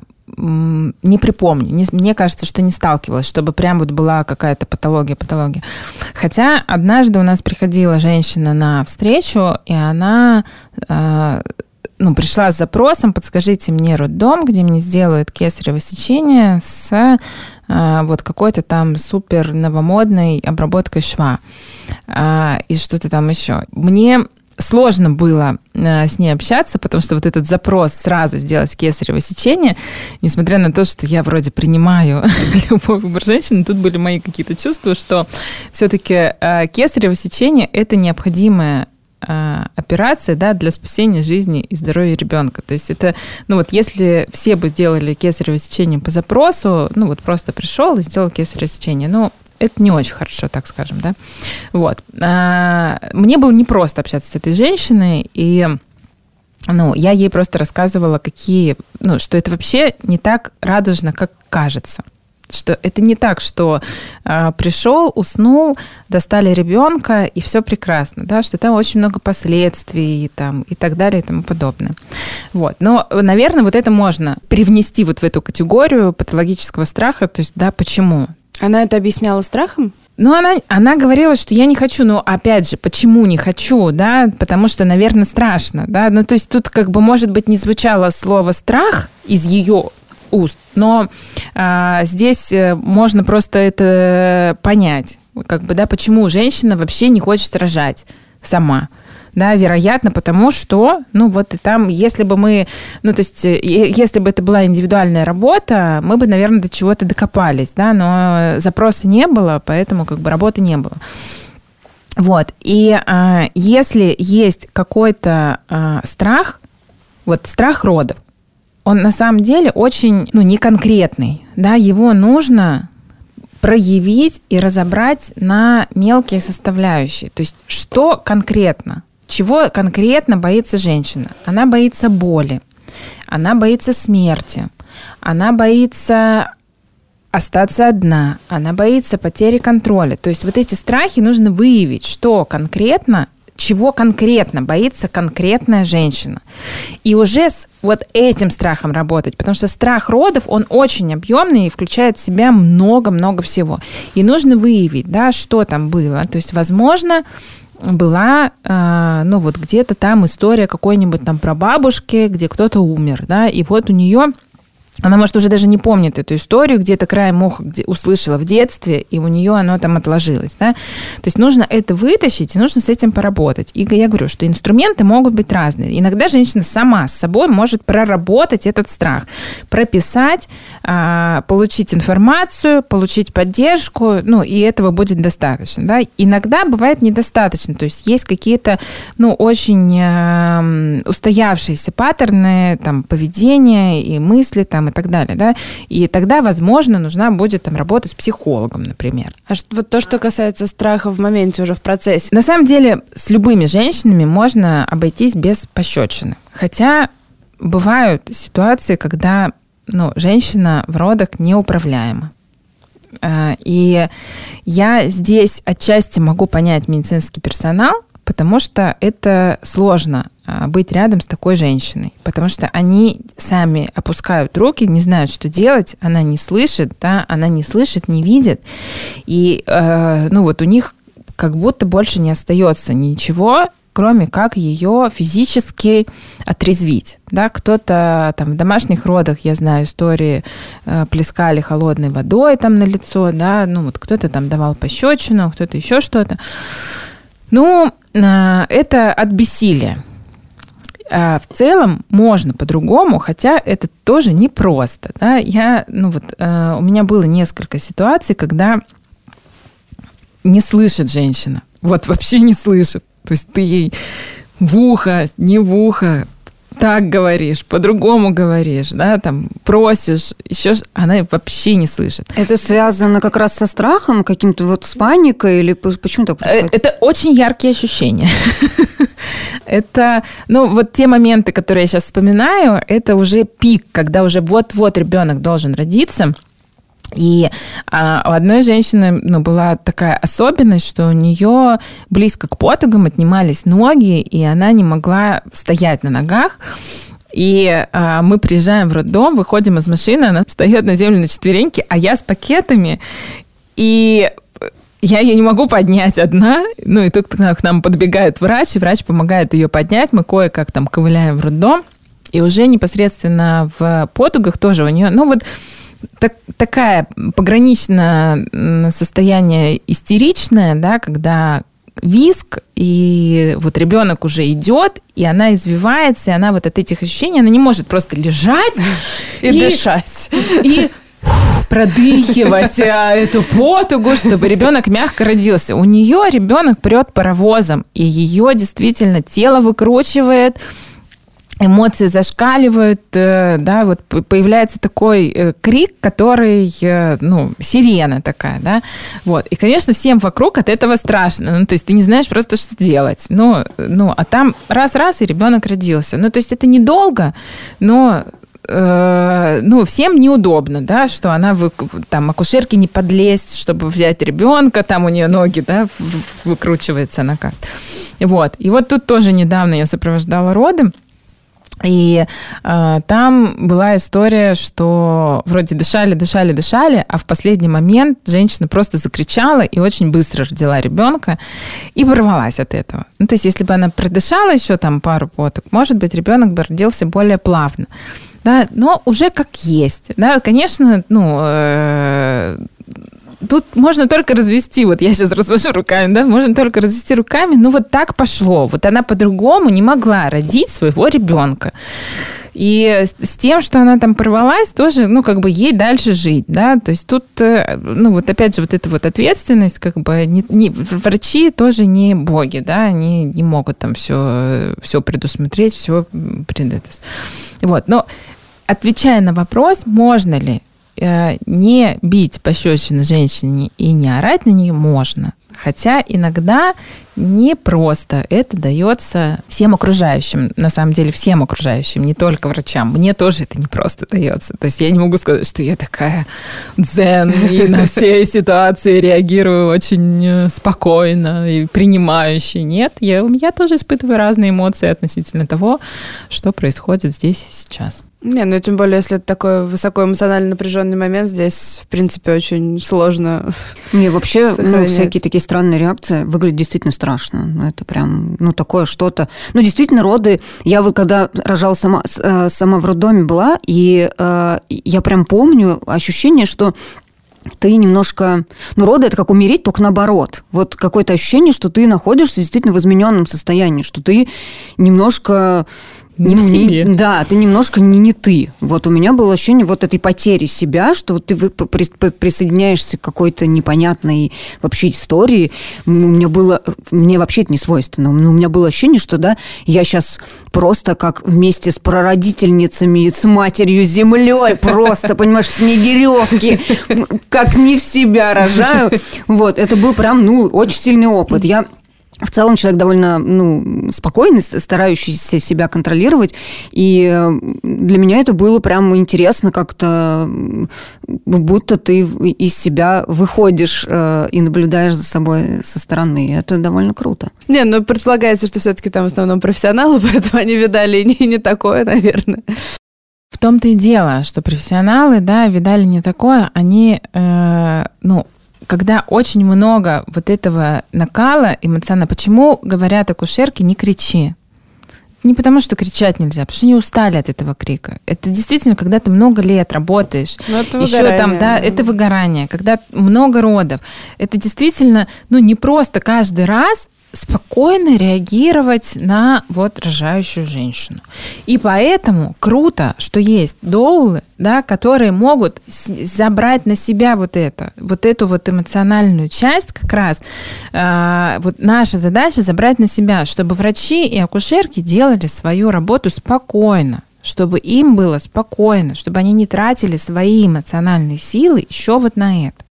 м, не припомню. Не, мне кажется, что не сталкивалась, чтобы прям вот была какая-то патология, патология. Хотя однажды у нас приходила женщина на встречу, и она... Э, ну, пришла с запросом: подскажите мне роддом, где мне сделают кесарево сечение с а, вот какой-то там супер новомодной обработкой шва а, и что-то там еще. Мне сложно было а, с ней общаться, потому что вот этот запрос сразу сделать кесарево сечение, несмотря на то, что я вроде принимаю любой выбор женщины, тут были мои какие-то чувства, что все-таки а, кесарево сечение – это необходимое операция, да, для спасения жизни и здоровья ребенка. То есть это, ну вот если все бы делали кесарево сечение по запросу, ну вот просто пришел и сделал кесарево сечение, ну это не очень хорошо, так скажем, да. Вот. А, мне было непросто общаться с этой женщиной, и ну, я ей просто рассказывала, какие, ну, что это вообще не так радужно, как кажется. Что это не так, что э, пришел, уснул, достали ребенка, и все прекрасно, да, что там очень много последствий там, и так далее и тому подобное. Вот. Но, наверное, вот это можно привнести вот в эту категорию патологического страха, то есть, да, почему? Она это объясняла страхом? Ну, она, она говорила, что я не хочу, но, опять же, почему не хочу, да, потому что, наверное, страшно, да, ну, то есть тут, как бы, может быть, не звучало слово «страх» из ее уст, но а, здесь можно просто это понять, как бы, да, почему женщина вообще не хочет рожать сама. Да, вероятно, потому что, ну, вот и там, если бы мы, ну, то есть, если бы это была индивидуальная работа, мы бы, наверное, до чего-то докопались, да, но запроса не было, поэтому, как бы, работы не было. Вот, и а, если есть какой-то а, страх, вот страх родов, он на самом деле очень, ну, неконкретный, да, его нужно проявить и разобрать на мелкие составляющие. То есть, что конкретно, чего конкретно боится женщина? Она боится боли, она боится смерти, она боится остаться одна, она боится потери контроля. То есть, вот эти страхи нужно выявить, что конкретно, чего конкретно боится конкретная женщина. И уже с вот этим страхом работать, потому что страх родов, он очень объемный и включает в себя много-много всего. И нужно выявить, да, что там было. То есть, возможно, была, э, ну, вот где-то там история какой-нибудь там прабабушки, где кто-то умер, да, и вот у нее... Она, может, уже даже не помнит эту историю, где-то краем уха услышала в детстве, и у нее оно там отложилось. Да? То есть нужно это вытащить, и нужно с этим поработать. И я говорю, что инструменты могут быть разные. Иногда женщина сама с собой может проработать этот страх, прописать, получить информацию, получить поддержку, ну, и этого будет достаточно. Да? Иногда бывает недостаточно. То есть есть какие-то, ну, очень устоявшиеся паттерны там, поведения и мысли, там, и так далее, да, и тогда, возможно, нужна будет там работа с психологом, например. А что, вот то, что касается страха в моменте, уже в процессе? На самом деле, с любыми женщинами можно обойтись без пощечины, хотя бывают ситуации, когда, ну, женщина в родах неуправляема. И я здесь отчасти могу понять медицинский персонал, потому что это сложно быть рядом с такой женщиной, потому что они сами опускают руки, не знают, что делать, она не слышит, да, она не слышит, не видит, и э, ну вот у них как будто больше не остается ничего, кроме как ее физически отрезвить. Да, кто-то там в домашних родах, я знаю истории, э, плескали холодной водой там на лицо, да, ну вот кто-то там давал пощечину, кто-то еще что-то. Ну, э, это от бессилия. А в целом можно по-другому, хотя это тоже непросто. Да? Я, ну вот, э, у меня было несколько ситуаций, когда не слышит женщина. Вот вообще не слышит. То есть ты ей в ухо, не в ухо, так говоришь, по-другому говоришь, да, там просишь, еще она вообще не слышит. Это связано как раз со страхом, каким-то вот с паникой, или почему так происходит? Это очень яркие ощущения. Это, ну, вот те моменты, которые я сейчас вспоминаю, это уже пик, когда уже вот-вот ребенок должен родиться. И а, у одной женщины, ну, была такая особенность, что у нее близко к потугам отнимались ноги, и она не могла стоять на ногах. И а, мы приезжаем в роддом, выходим из машины, она встает на землю на четвереньки, а я с пакетами, и я ее не могу поднять одна. Ну, и тут к нам подбегает врач, и врач помогает ее поднять. Мы кое-как там ковыляем в роддом. И уже непосредственно в потугах тоже у нее, ну, вот так, такая пограничное состояние истеричное, да, когда визг, и вот ребенок уже идет, и она извивается, и она вот от этих ощущений, она не может просто лежать и, и дышать. И продыхивать эту потугу, чтобы ребенок мягко родился. У нее ребенок прет паровозом, и ее действительно тело выкручивает, эмоции зашкаливают, да, вот появляется такой крик, который, ну, сирена такая, да, вот, и, конечно, всем вокруг от этого страшно, ну, то есть ты не знаешь просто, что делать, ну, ну а там раз-раз, и ребенок родился, ну, то есть это недолго, но э, ну, всем неудобно, да, что она, вы, там, акушерке не подлезть, чтобы взять ребенка, там у нее ноги, да, выкручивается она как-то, вот, и вот тут тоже недавно я сопровождала роды. И э, там была история, что вроде дышали, дышали, дышали, а в последний момент женщина просто закричала и очень быстро родила ребенка и порвалась от этого. Ну, то есть, если бы она продышала еще там пару поток, может быть, ребенок бы родился более плавно. Да, но уже как есть. Да, конечно, ну... Э, Тут можно только развести, вот я сейчас развожу руками, да, можно только развести руками, ну вот так пошло. Вот она по-другому не могла родить своего ребенка. И с тем, что она там порвалась, тоже, ну, как бы ей дальше жить, да, то есть тут, ну, вот опять же, вот эта вот ответственность, как бы, не, не, врачи тоже не боги, да, они не могут там все, все предусмотреть, все предотвратить. Вот, но отвечая на вопрос, можно ли не бить пощечины женщине и не орать на нее, можно. Хотя иногда не просто это дается всем окружающим, на самом деле всем окружающим, не только врачам. Мне тоже это не просто дается. То есть я не могу сказать, что я такая дзен и на все ситуации реагирую очень спокойно и принимающе. Нет, я, я тоже испытываю разные эмоции относительно того, что происходит здесь и сейчас. Не, ну тем более, если это такой высокоэмоционально напряженный момент, здесь, в принципе, очень сложно. Не, вообще, ну, всякие такие странные реакции выглядят действительно страшно. Это прям, ну, такое что-то. Ну, действительно, роды... Я вот когда рожала сама, сама в роддоме была, и э, я прям помню ощущение, что ты немножко... Ну, роды – это как умереть, только наоборот. Вот какое-то ощущение, что ты находишься действительно в измененном состоянии, что ты немножко... Не в себе. Да, ты немножко не, не ты. Вот у меня было ощущение вот этой потери себя, что вот ты присоединяешься к какой-то непонятной вообще истории. У меня было... Мне вообще это не свойственно. Но у меня было ощущение, что, да, я сейчас просто как вместе с прародительницами, с матерью землей просто, понимаешь, в снегиревке, как не в себя рожаю. Вот, это был прям, ну, очень сильный опыт. Я... В целом человек довольно, ну, спокойный, старающийся себя контролировать, и для меня это было прям интересно как-то, будто ты из себя выходишь и наблюдаешь за собой со стороны. Это довольно круто. Не, ну, предполагается, что все-таки там в основном профессионалы, поэтому они видали не, не такое, наверное. В том-то и дело, что профессионалы, да, видали не такое, они, э, ну, когда очень много вот этого накала эмоционального, почему говорят акушерки «не кричи»? Не потому, что кричать нельзя, потому что они устали от этого крика. Это действительно, когда ты много лет работаешь, еще там, да, это выгорание, когда много родов. Это действительно, ну, не просто каждый раз спокойно реагировать на вот рожающую женщину. И поэтому круто, что есть доулы, да, которые могут забрать на себя вот это, вот эту вот эмоциональную часть как раз. Э, вот наша задача забрать на себя, чтобы врачи и акушерки делали свою работу спокойно, чтобы им было спокойно, чтобы они не тратили свои эмоциональные силы еще вот на это.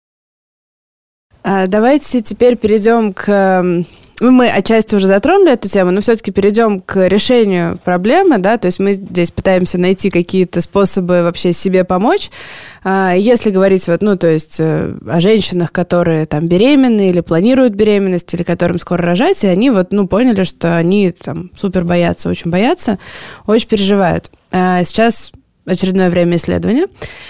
Давайте теперь перейдем к... Мы отчасти уже затронули эту тему, но все-таки перейдем к решению проблемы, да, то есть мы здесь пытаемся найти какие-то способы вообще себе помочь. Если говорить вот, ну, то есть о женщинах, которые там беременны или планируют беременность, или которым скоро рожать, и они вот, ну, поняли, что они там супер боятся, очень боятся, очень переживают. Сейчас очередное время исследования.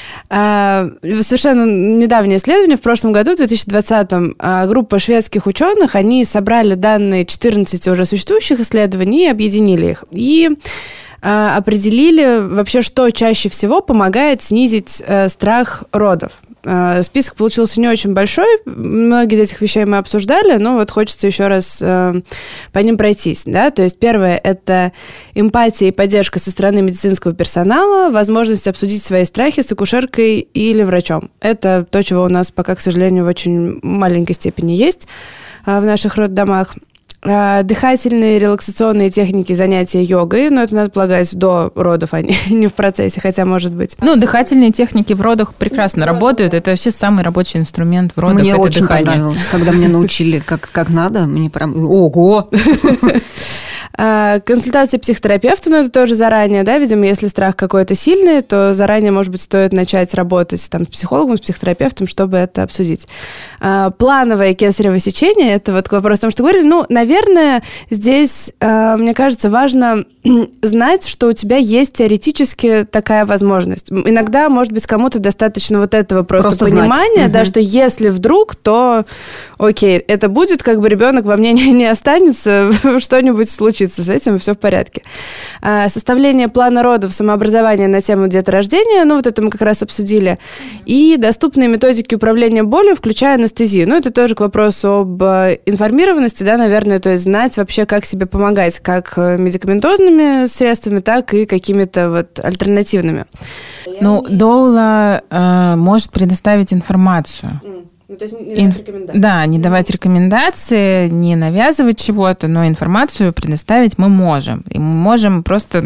Совершенно недавнее исследование в прошлом году, в две тысячи двадцатом, группа шведских ученых, они собрали данные четырнадцати уже существующих исследований и объединили их. И определили вообще, что чаще всего помогает снизить страх родов. Список получился не очень большой, многие из этих вещей мы обсуждали, но вот хочется еще раз э, по ним пройтись. Да? То есть первое – это эмпатия и поддержка со стороны медицинского персонала, возможность обсудить свои страхи с акушеркой или врачом. Это то, чего у нас пока, к сожалению, в очень маленькой степени есть э, в наших роддомах. Дыхательные, релаксационные техники занятия йогой, но это надо полагать до родов, а не, не в процессе, хотя может быть. Ну, дыхательные техники в родах прекрасно работают. Это вообще самый рабочий инструмент в родах. Мне это очень дыхание. Понравилось, когда меня научили, как, как надо. Мне прям... Ого! Консультация психотерапевта, но это тоже заранее, да, видимо, если страх какой-то сильный, то заранее, может быть, стоит начать работать там с психологом, с психотерапевтом, чтобы это обсудить. Плановое кесарево сечение, это вот к вопросу о том, что говорили, ну, наверное, здесь, мне кажется, важно знать, что у тебя есть теоретически такая возможность. Иногда, может быть, кому-то достаточно вот этого просто, просто понимания, да, угу. что если вдруг, то окей, это будет, как бы ребенок во мне не, не останется, что-нибудь случится с этим, и все в порядке. Составление плана родов, самообразование на тему деторождения, ну, вот это мы как раз обсудили, и доступные методики управления болью, включая анестезию. Ну, это тоже к вопросу об информированности, да, наверное, то есть знать вообще, как себе помогать, как медикаментозными средствами, так и какими-то вот альтернативными. Ну, доула э, может предоставить информацию. Ну, то есть не давать Инф... рекомендации. Да, не давать рекомендации, не навязывать чего-то, но информацию предоставить мы можем. И мы можем просто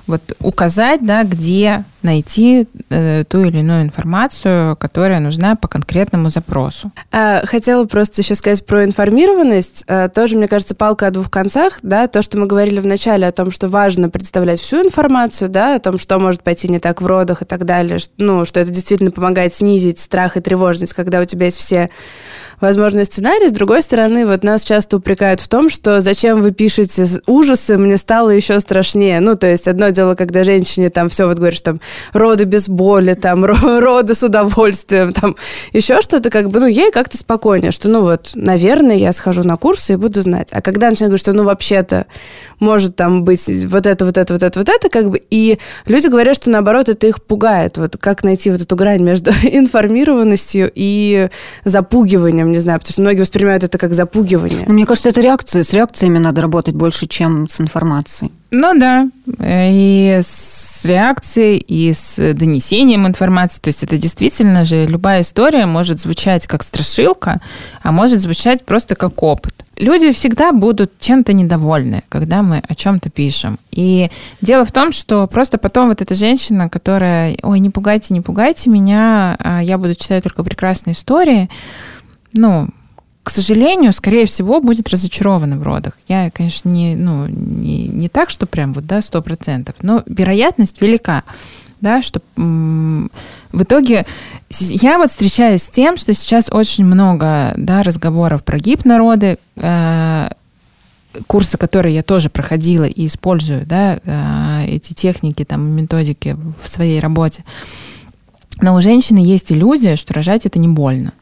вот указать, да, где найти э, ту или иную информацию, которая нужна по конкретному запросу. Хотела просто еще сказать про информированность. Тоже, мне кажется, палка о двух концах, да, то, что мы говорили в начале о том, что важно представлять всю информацию, да, о том, что может пойти не так в родах и так далее, ну, что это действительно помогает снизить страх и тревожность, когда у тебя есть все возможные сценарии. С другой стороны, вот нас часто упрекают в том, что зачем вы пишете ужасы, мне стало еще страшнее. Ну, то есть одно дело, когда женщине там все, вот говоришь, там, роды без боли, там, роды с удовольствием, там, еще что-то, как бы, ну, ей как-то спокойнее, что, ну, вот, наверное, я схожу на курсы и буду знать. А когда начинают говорить, что, ну, вообще-то может там быть вот это, вот это, вот это, вот это, как бы, и люди говорят, что, наоборот, это их пугает. Вот как найти вот эту грань между информированностью и запугиванием, не знаю, потому что многие воспринимают это как запугивание. Мне кажется, это реакция. С реакциями надо работать больше, чем с информацией. Ну да, и с реакцией, и с донесением информации. То есть это действительно же любая история может звучать как страшилка, а может звучать просто как опыт. Люди всегда будут чем-то недовольны, когда мы о чем-то пишем. И дело в том, что просто потом вот эта женщина, которая, ой, не пугайте, не пугайте меня, я буду читать только прекрасные истории, ну, к сожалению, скорее всего, будет разочарована в родах. Я, конечно, не, ну, не, не так, что прям вот, да, сто процентов, но вероятность велика, да, что м- в итоге я вот встречаюсь с тем, что сейчас очень много, да, разговоров про гипнороды, э- курсы, которые я тоже проходила и использую, да, э- эти техники, там, методики в своей работе. Но у женщины есть иллюзия, что рожать это не больно.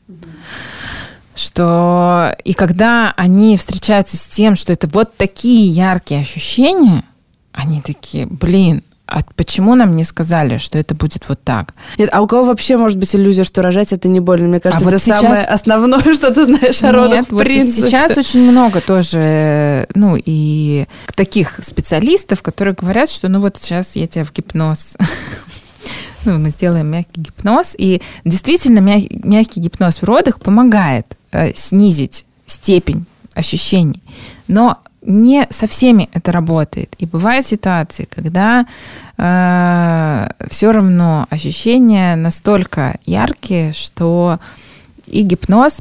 Что и когда они встречаются с тем, что это вот такие яркие ощущения, они такие, блин, а почему нам не сказали, что это будет вот так? Нет, а у кого вообще может быть иллюзия, что рожать это не больно? Мне кажется, а это вот сейчас... самое основное, что ты знаешь о родах. Нет, в вот принципе. Сейчас очень много тоже, ну, и таких специалистов, которые говорят, что ну вот сейчас я тебя в гипноз... Ну, мы сделаем мягкий гипноз. И действительно мяг- мягкий гипноз в родах помогает э, снизить степень ощущений. Но не со всеми это работает. И бывают ситуации, когда э, все равно ощущения настолько яркие, что и гипноз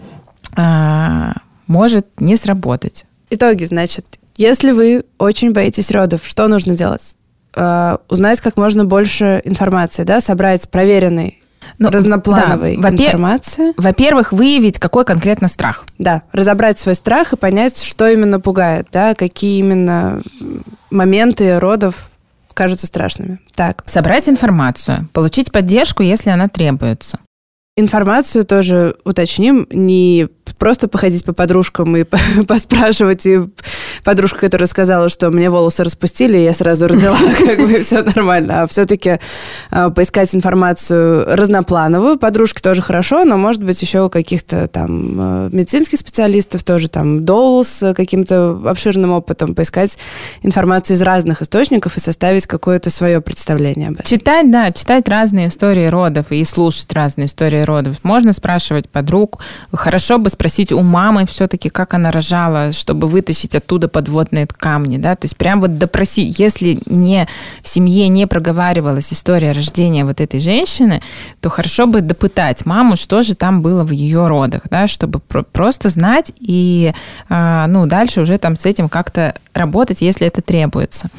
э, может не сработать. Итоги, значит, если вы очень боитесь родов, что нужно делать? Узнать как можно больше информации, да, собрать проверенной, ну, разноплановой да. информации. Во-первых, выявить, какой конкретно страх. Да, разобрать свой страх и понять, что именно пугает, да, какие именно моменты родов кажутся страшными. Так. Собрать информацию, получить поддержку, если она требуется. Информацию тоже уточним, не просто походить по подружкам и поспрашивать, и подружка, которая сказала, что мне волосы распустили, и я сразу родила, как бы все нормально. А все-таки поискать информацию разноплановую. Подружки тоже хорошо, но, может быть, еще у каких-то там медицинских специалистов, тоже там доул с каким-то обширным опытом, поискать информацию из разных источников и составить какое-то свое представление об этом. Читать, да, читать разные истории родов и слушать разные истории родов. Можно спрашивать подруг. Хорошо бы спросить у мамы все-таки, как она рожала, чтобы вытащить оттуда подводные камни, да, то есть прям вот допросить, если не в семье не проговаривалась история рождения вот этой женщины, то хорошо бы допытать маму, что же там было в ее родах, да, чтобы про- просто знать и, а, ну, дальше уже там с этим как-то работать, если это требуется.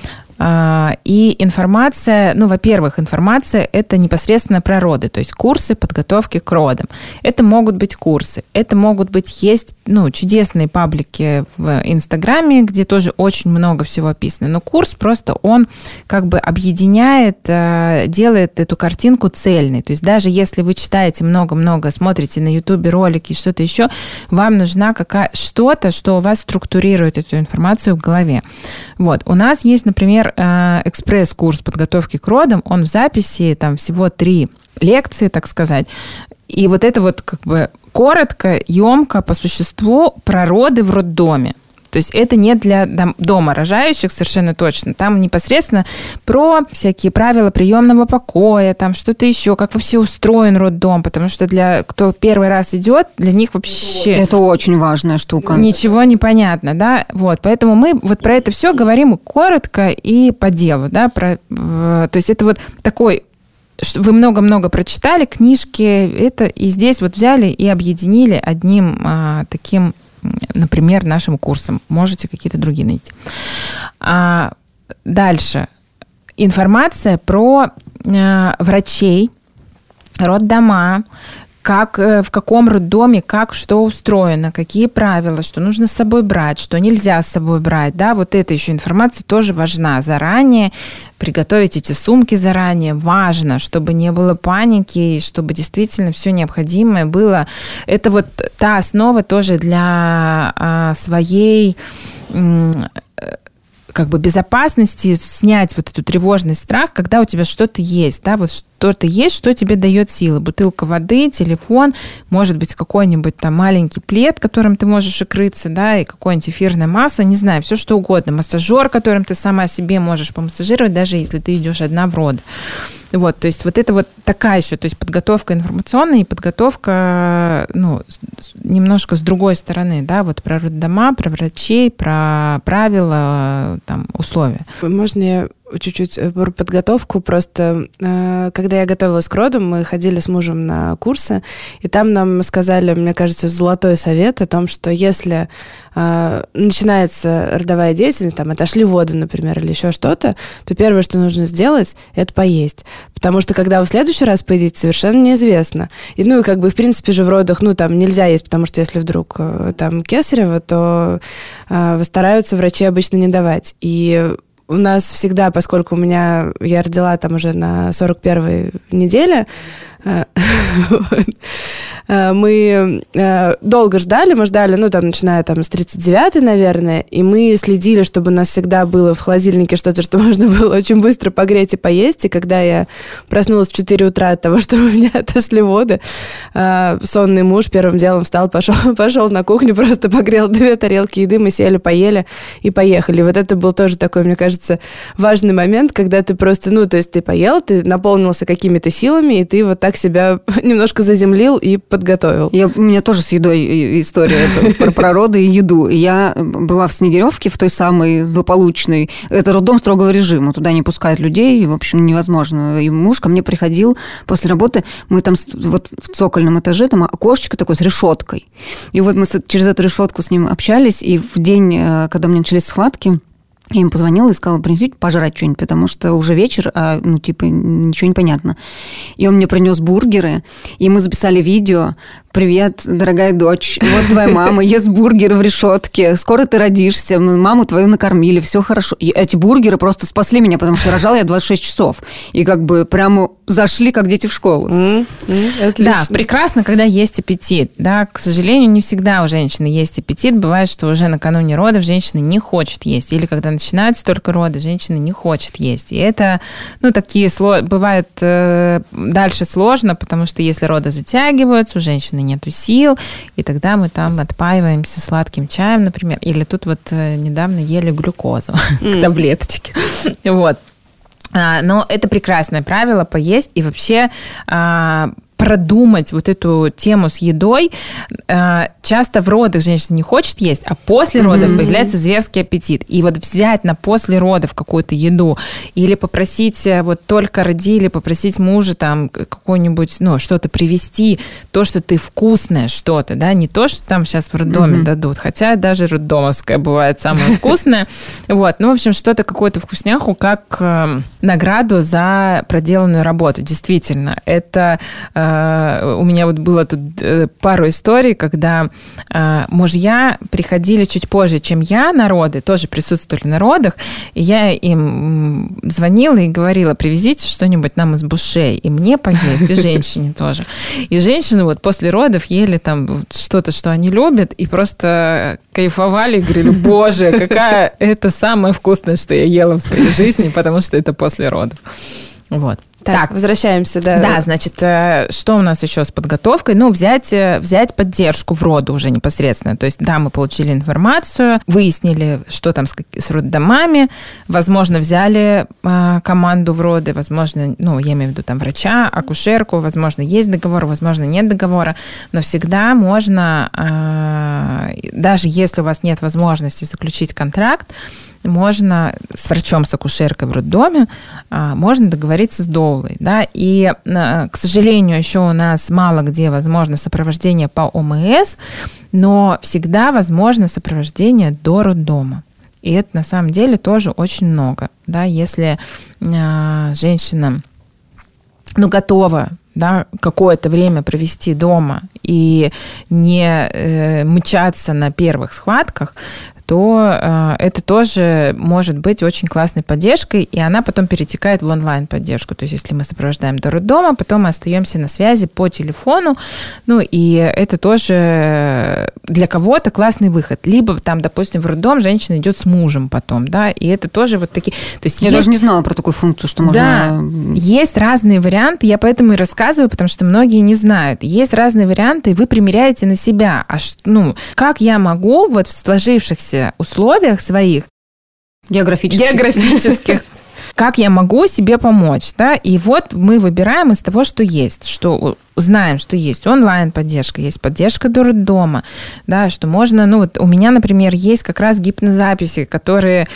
И информация, ну, во-первых, информация – это непосредственно про роды, то есть курсы подготовки к родам. Это могут быть курсы, это могут быть, есть, ну, чудесные паблики в Инстаграме, где тоже очень много всего описано, но курс просто, он как бы объединяет, делает эту картинку цельной, то есть даже если вы читаете много-много, смотрите на Ютубе ролики, что-то еще, вам нужна какая- что-то, что у вас структурирует эту информацию в голове. Вот, у нас есть, например, экспресс-курс подготовки к родам, он в записи, там всего три лекции, так сказать. И вот это вот как бы коротко, емко, по существу про роды в роддоме. То То есть это не для дома рожающих совершенно точно. Там непосредственно про всякие правила приемного покоя, там что-то еще, как вообще устроен роддом, потому что для кто первый раз идет, для них вообще... Это очень важная штука. Ничего не понятно, да, вот, поэтому мы вот про это все говорим коротко и по делу, да, про, то есть это вот такой, вы много-много прочитали, книжки, это и здесь вот взяли и объединили одним а, таким, например, нашим курсом. Можете какие-то другие найти. А, дальше. Информация про а, врачей, роддома, как, в каком роддоме, как что устроено, какие правила, что нужно с собой брать, что нельзя с собой брать. Да? Вот эта еще информация тоже важна. Заранее приготовить эти сумки заранее важно, чтобы не было паники, чтобы действительно все необходимое было. Это вот та основа тоже для а, своей... М- как бы безопасности, снять вот эту тревожность, страх, когда у тебя что-то есть, да, вот что-то есть, что тебе дает силы. Бутылка воды, телефон, может быть, какой-нибудь там маленький плед, которым ты можешь укрыться, да, и какое-нибудь эфирное масло, не знаю, все что угодно. Массажер, которым ты сама себе можешь помассажировать, даже если ты идешь одна в роды. Вот, то есть вот это вот такая еще, то есть подготовка информационная и подготовка, ну, немножко с другой стороны, да, вот про роддома, про врачей, про правила, там, условия. Можно я чуть-чуть про подготовку? Просто, когда я готовилась к родам, мы ходили с мужем на курсы, и там нам сказали, мне кажется, золотой совет о том, что если начинается родовая деятельность, там, отошли воды, например, или еще что-то, то первое, что нужно сделать, это поесть. Потому что, когда вы в следующий раз поедите, совершенно неизвестно. И, ну, и как бы, в принципе же в родах, ну, там, нельзя есть, потому что если вдруг там кесарево, то э, стараются врачи обычно не давать. И у нас всегда, поскольку у меня, я родила там уже на сорок первой неделе, мы долго ждали, мы ждали, ну, там, начиная там с тридцать девятой, наверное, и мы следили, чтобы у нас всегда было в холодильнике что-то, что можно было очень быстро погреть и поесть, и когда я проснулась в четыре утра от того, что у меня отошли воды, сонный муж первым делом встал, пошел, пошел на кухню, просто погрел две тарелки еды, мы сели, поели и поехали. И вот это был тоже такой, мне кажется, важный момент, когда ты просто, ну, то есть ты поел, ты наполнился какими-то силами, и ты вот так себя немножко заземлил и подготовил. Я, у меня тоже с едой история про, про роды и еду. Я была в Снегиревке, в той самой злополучной. Это роддом строгого режима. Туда не пускают людей, в общем, невозможно. И муж ко мне приходил после работы. Мы там вот в цокольном этаже, там окошечко такое с решеткой. И вот мы через эту решетку с ним общались. И в день, когда у меня начались схватки, я ему позвонила и сказала, принесите пожрать что-нибудь, потому что уже вечер, а, ну, типа, ничего не понятно. И он мне принес бургеры, и мы записали видео. Привет, дорогая дочь, вот твоя мама ест бургеры в решетке, скоро ты родишься, маму твою накормили, все хорошо. И эти бургеры просто спасли меня, потому что рожала я двадцать шесть часов. И как бы прямо зашли, как дети в школу. Mm-hmm. Да, прекрасно, когда есть аппетит. Да, к сожалению, не всегда у женщины есть аппетит. Бывает, что уже накануне родов женщина не хочет есть. Или когда начинаются только роды, женщина не хочет есть. И это, ну, такие, бывает э, дальше сложно, потому что если роды затягиваются, у женщины нету сил, и тогда мы там отпаиваемся сладким чаем, например, или тут вот э, недавно ели глюкозу к таблеточке. Вот. А, но это прекрасное правило, поесть и вообще а, продумать вот эту тему с едой. Часто в родах женщина не хочет есть, а после родов mm-hmm. появляется зверский аппетит. И вот взять на после родов какую-то еду или попросить, вот только родили, попросить мужа там какое-нибудь, ну, что-то привезти, то, что ты вкусное что-то, да, не то, что там сейчас в роддоме mm-hmm. дадут, хотя даже роддомовское бывает самое вкусное. Вот, ну, в общем, что-то, какую-то вкусняху, как награду за проделанную работу. Действительно, это... У меня вот было тут пару историй, когда мужья приходили чуть позже, чем я, на роды, тоже присутствовали на родах, и я им звонила и говорила, привезите что-нибудь нам из бушей, и мне поесть, и женщине тоже. И женщины вот после родов ели там что-то, что они любят, и просто кайфовали, и говорили, боже, какая это самое вкусное, что я ела в своей жизни, потому что это после родов. Вот. Так, так, возвращаемся, да. Да, значит, что у нас еще с подготовкой? Ну, взять, взять поддержку в роду уже непосредственно. То есть, да, мы получили информацию, выяснили, что там с, с роддомами, возможно, взяли э, команду в роды, возможно, ну, я имею в виду там врача, акушерку, возможно, есть договор, возможно, нет договора, но всегда можно, э, даже если у вас нет возможности заключить контракт, можно с врачом, с акушеркой в роддоме, можно договориться с доулой, да, и, к сожалению, еще у нас мало где возможно сопровождение по ОМС, но всегда возможно сопровождение до роддома. И это на самом деле тоже очень много, да, если женщина, ну, готова, да, какое-то время провести дома и не э, мчаться на первых схватках, то э, это тоже может быть очень классной поддержкой, и она потом перетекает в онлайн-поддержку. То есть если мы сопровождаем до роддома, потом мы остаемся на связи по телефону, ну и это тоже для кого-то классный выход. Либо там, допустим, в роддом женщина идет с мужем потом, да, и это тоже вот такие... То есть я есть... даже не знала про такую функцию, что можно... Да, есть разные варианты, я поэтому и рассказываю, потому что многие не знают. Есть разные варианты, и вы примеряете на себя. А ну, как я могу вот в сложившихся условиях своих географических, географических как я могу себе помочь, да, и вот мы выбираем из того, что есть, что знаем, что есть онлайн-поддержка, есть поддержка до роддома, да, что можно, ну вот у меня, например, есть как раз гипнозаписи, которые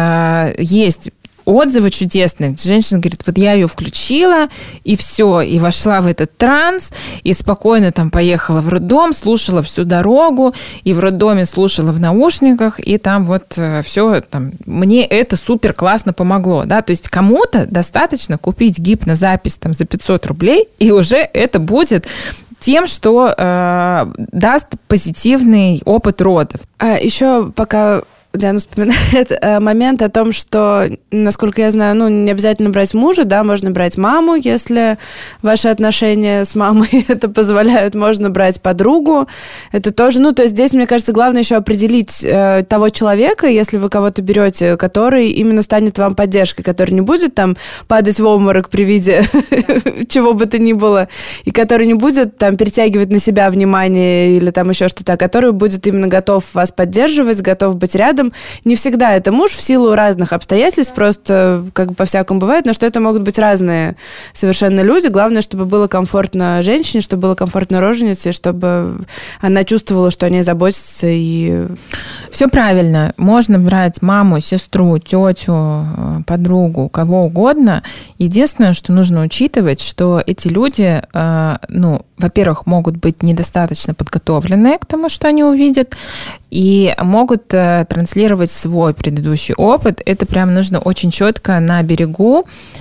э, есть отзывы чудесных. Женщина говорит, вот я ее включила, и все, и вошла в этот транс, и спокойно там поехала в роддом, слушала всю дорогу, и в роддоме слушала в наушниках, и там вот все, там, мне это супер классно помогло, да, то есть кому-то достаточно купить гипнозапись там за пятьсот рублей, и уже это будет тем, что э, даст позитивный опыт родов. А еще пока Диана вспоминает э, момент о том, что, насколько я знаю, ну, не обязательно брать мужа, да, можно брать маму, если ваши отношения с мамой это позволяют, можно брать подругу, это тоже, ну, то есть здесь, мне кажется, главное еще определить э, того человека, если вы кого-то берете, который именно станет вам поддержкой, который не будет там падать в обморок при виде чего бы то ни было, и который не будет там перетягивать на себя внимание или там еще что-то, а который будет именно готов вас поддерживать, готов быть рядом. Не всегда это муж в силу разных обстоятельств, просто как бы по-всякому бывает, но что это могут быть разные совершенно люди. Главное, чтобы было комфортно женщине, чтобы было комфортно роженице, чтобы она чувствовала, что о ней заботятся. И... Все правильно. Можно брать маму, сестру, тетю, подругу, кого угодно. Единственное, что нужно учитывать, что эти люди, ну, во-первых, могут быть недостаточно подготовлены к тому, что они увидят, и могут э, транслировать свой предыдущий опыт. Это прям нужно очень четко на берегу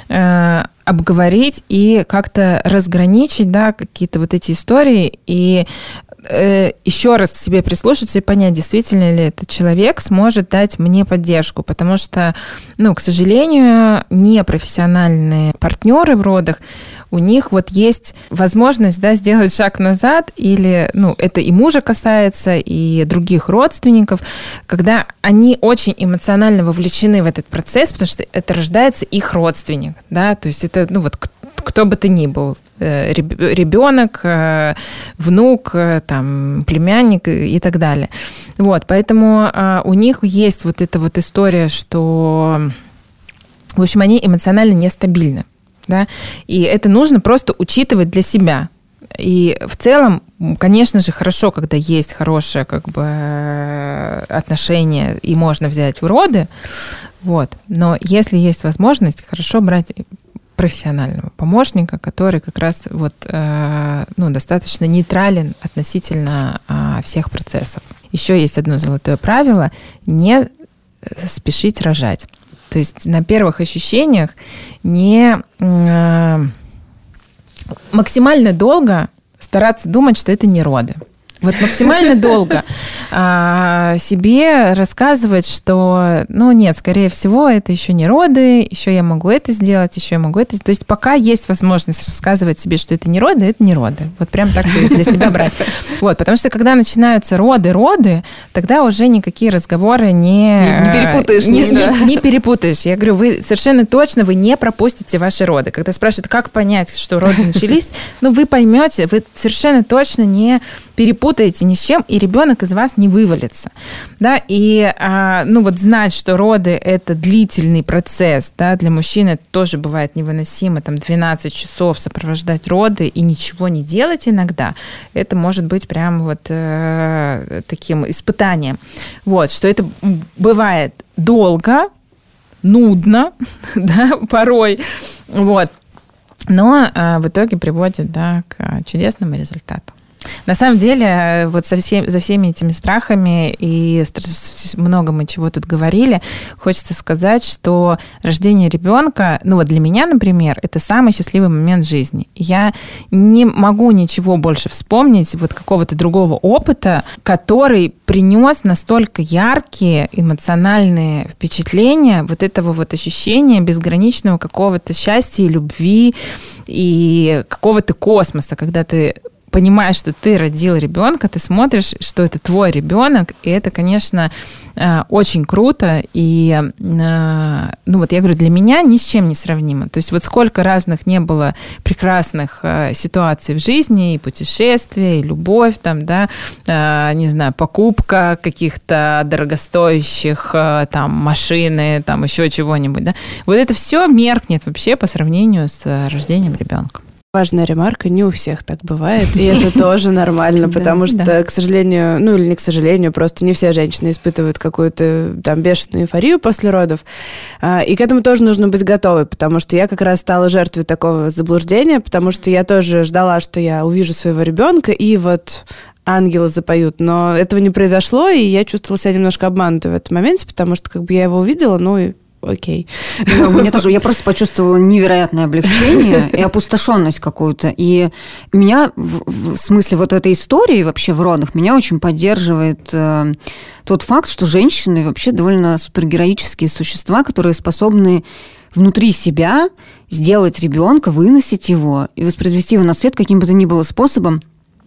э, обговорить и как-то разграничить, да, какие-то вот эти истории, и э, еще раз к себе прислушаться и понять, действительно ли этот человек сможет дать мне поддержку, потому что, ну, к сожалению, непрофессиональные партнеры в родах, у них вот есть возможность, да, сделать шаг назад, или, ну, это и мужа касается, и других родственников, когда они очень эмоционально вовлечены в этот процесс, потому что это рождается их родственник, да, то есть это, ну, вот кто бы то ни был, ребенок, внук, там, племянник и так далее. Вот, поэтому у них есть вот эта вот история, что, в общем, они эмоционально нестабильны. Да? И это нужно просто учитывать для себя. И в целом, конечно же, хорошо, когда есть хорошее как бы отношение и можно взять в роды. Вот. Но если есть возможность, хорошо брать профессионального помощника, который как раз вот, э, ну, достаточно нейтрален относительно э, всех процессов. Еще есть одно золотое правило – не спешить рожать. То есть на первых ощущениях не э, максимально долго стараться думать, что это не роды. Вот максимально долго а, себе рассказывать, что, ну, нет, скорее всего, это еще не роды, еще я могу это сделать, еще я могу это... То есть пока есть возможность рассказывать себе, что это не роды, это не роды. Вот прям так для себя брать. Вот, потому что когда начинаются роды, роды, тогда уже никакие разговоры не... Не перепутаешь. Не, не, не перепутаешь. Я говорю, вы совершенно точно, вы не пропустите ваши роды. Когда спрашивают, как понять, что роды начались, ну, вы поймете, вы совершенно точно не перепутаете ни с чем, и ребенок из вас не вывалится. Да? И а, ну, вот знать, что роды – это длительный процесс, да, для мужчины это тоже бывает невыносимо, там двенадцать часов сопровождать роды и ничего не делать иногда, это может быть прям вот э, таким испытанием. Вот, что это бывает долго, нудно, да, порой, вот, но э, в итоге приводит, да, к чудесному результату. На самом деле, вот со всем, за всеми этими страхами и много мы чего тут говорили, хочется сказать, что рождение ребенка, ну вот для меня, например, это самый счастливый момент жизни. Я не могу ничего больше вспомнить, вот какого-то другого опыта, который принес настолько яркие эмоциональные впечатления, вот этого вот ощущения безграничного какого-то счастья и любви и какого-то космоса, когда ты понимаешь, что ты родил ребенка, ты смотришь, что это твой ребенок, и это, конечно, очень круто. И, ну вот я говорю, для меня ни с чем не сравнимо. То есть вот сколько разных не было прекрасных ситуаций в жизни, и путешествия, и любовь, там, да, не знаю, покупка каких-то дорогостоящих там машины, там еще чего-нибудь, да. Вот это все меркнет вообще по сравнению с рождением ребенка. Важная ремарка, не у всех так бывает, и это тоже нормально, потому что, к сожалению, ну или не к сожалению, просто не все женщины испытывают какую-то там бешеную эйфорию после родов, и к этому тоже нужно быть готовой, потому что я как раз стала жертвой такого заблуждения, потому что я тоже ждала, что я увижу своего ребенка, и вот ангелы запоют, но этого не произошло, и я чувствовала себя немножко обманутой в этом моменте, потому что как бы я его увидела, ну и окей. Да, мне тоже, я просто почувствовала невероятное облегчение и опустошенность какую-то. И меня, в, в смысле вот этой истории вообще в родах, меня очень поддерживает э, тот факт, что женщины вообще довольно супергероические существа, которые способны внутри себя сделать ребенка, выносить его и воспроизвести его на свет каким бы то ни было способом.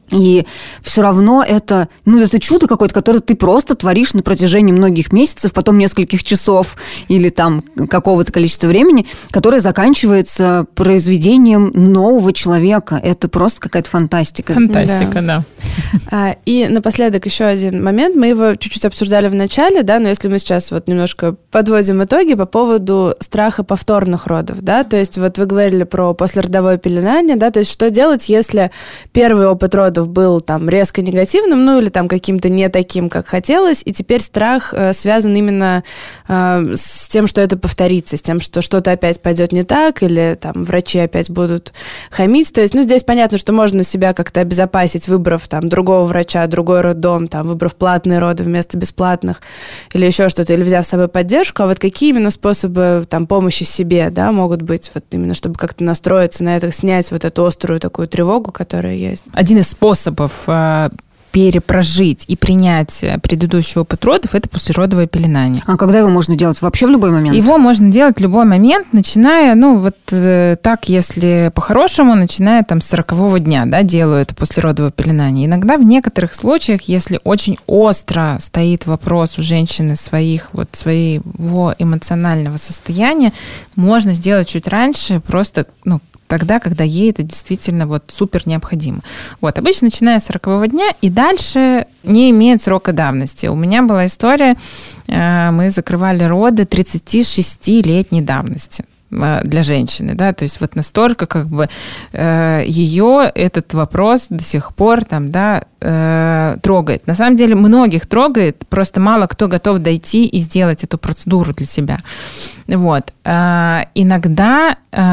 И все равно это, ну, это чудо какое-то, которое ты просто творишь на протяжении многих месяцев, потом нескольких часов или там какого-то количества времени, которое заканчивается произведением нового человека. Это просто какая-то фантастика. Фантастика, да. да. И напоследок еще один момент. Мы его чуть-чуть обсуждали в начале, да, но если мы сейчас вот немножко подводим итоги по поводу страха повторных родов, да, то есть вот вы говорили про послеродовое пеленание, да, то есть что делать, если первый опыт родов был там резко негативным, ну или там каким-то не таким, как хотелось, и теперь страх э, связан именно э, с тем, что это повторится, с тем, что что-то опять пойдет не так, или там врачи опять будут хамить. То есть, ну, здесь понятно, что можно себя как-то обезопасить, выбрав там другого врача, другой роддом, там, выбрав платные роды вместо бесплатных, или еще что-то, или взяв с собой поддержку. А вот какие именно способы там помощи себе, да, могут быть, вот именно чтобы как-то настроиться на это, снять вот эту острую такую тревогу, которая есть? Один из способов способов э, перепрожить и принять предыдущий опыт родов – это послеродовое пеленание. А когда его можно делать? Вообще в любой момент? Его можно делать в любой момент, начиная, ну, вот э, так, если по-хорошему, начиная там с сорокового дня, да, делаю это послеродовое пеленание. Иногда в некоторых случаях, если очень остро стоит вопрос у женщины своих, вот, своего эмоционального состояния, можно сделать чуть раньше, просто, ну, тогда, когда ей это действительно вот супер необходимо. Вот, обычно начиная с сорокового дня и дальше не имеет срока давности. У меня была история, мы закрывали роды тридцатишестилетней давности для женщины, да, то есть вот настолько как бы ее этот вопрос до сих пор там, да, трогает. На самом деле многих трогает, просто мало кто готов дойти и сделать эту процедуру для себя. Вот. Иногда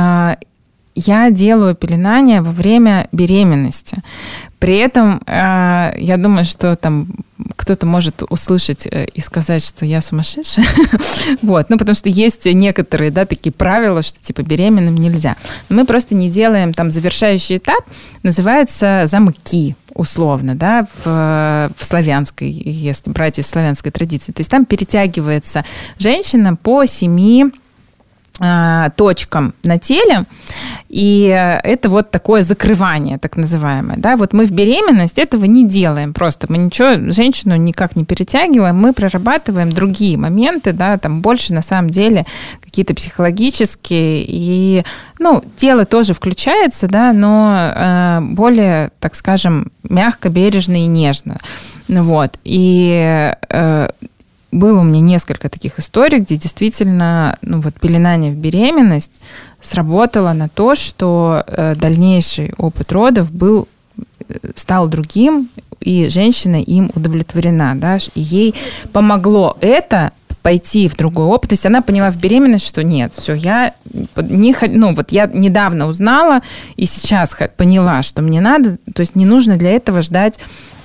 я делаю пеленание во время беременности. При этом э, я думаю, что там кто-то может услышать и сказать, что я сумасшедшая. Вот. Ну, потому что есть некоторые, да, такие правила, что типа беременным нельзя. Но мы просто не делаем там завершающий этап, называется замки. условно, да, в, в славянской, если брать из славянской традиции. То есть там перетягивается женщина по семи точкам на теле, и это вот такое закрывание, так называемое, да, вот мы в беременность этого не делаем просто, мы ничего, женщину никак не перетягиваем, мы прорабатываем другие моменты, да, там больше на самом деле какие-то психологические, и, ну, тело тоже включается, да, но э, более, так скажем, мягко, бережно и нежно, вот, и э, было у меня несколько таких историй, где действительно, ну вот пеленание в беременность сработало на то, что э, дальнейший опыт родов был, стал другим, и женщина им удовлетворена, да, и ей помогло это пойти в другой опыт. То есть она поняла в беременность, что нет, все, я не, ну вот я недавно узнала и сейчас поняла, что мне надо, то есть не нужно для этого ждать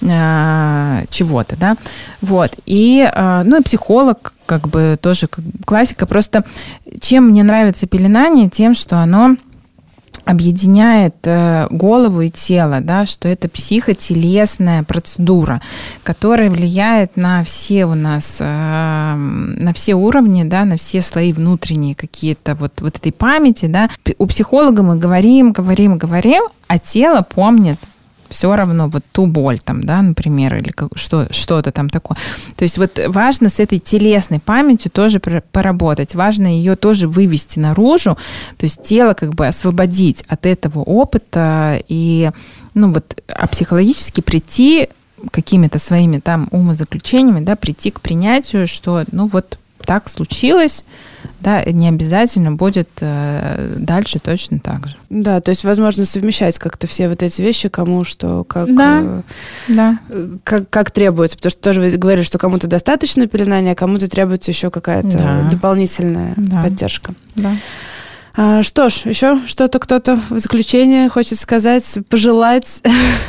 э, чего-то, да, вот. И, э, ну и психолог, как бы тоже как классика. Просто чем мне нравится пеленание, тем, что оно объединяет голову и тело, да, что это психотелесная процедура, которая влияет на все у нас, на все уровни, да, на все слои внутренние какие-то вот, вот этой памяти, да. У психолога мы говорим, говорим, говорим, а тело помнит все равно вот ту боль там, да, например, или что, что-то там такое. То есть вот важно с этой телесной памятью тоже поработать, важно ее тоже вывести наружу, то есть тело как бы освободить от этого опыта и, ну вот, а психологически прийти какими-то своими там умозаключениями, да, прийти к принятию, что, ну вот, так случилось, да, не обязательно будет э, дальше точно так же. Да, то есть возможно совмещать как-то все вот эти вещи, кому что, как, да, э, да. Как, как требуется. Потому что тоже вы говорили, что кому-то достаточно пеленания, а кому-то требуется еще какая-то да. дополнительная да. поддержка. Да. А, что ж, еще что-то кто-то в заключение хочет сказать, пожелать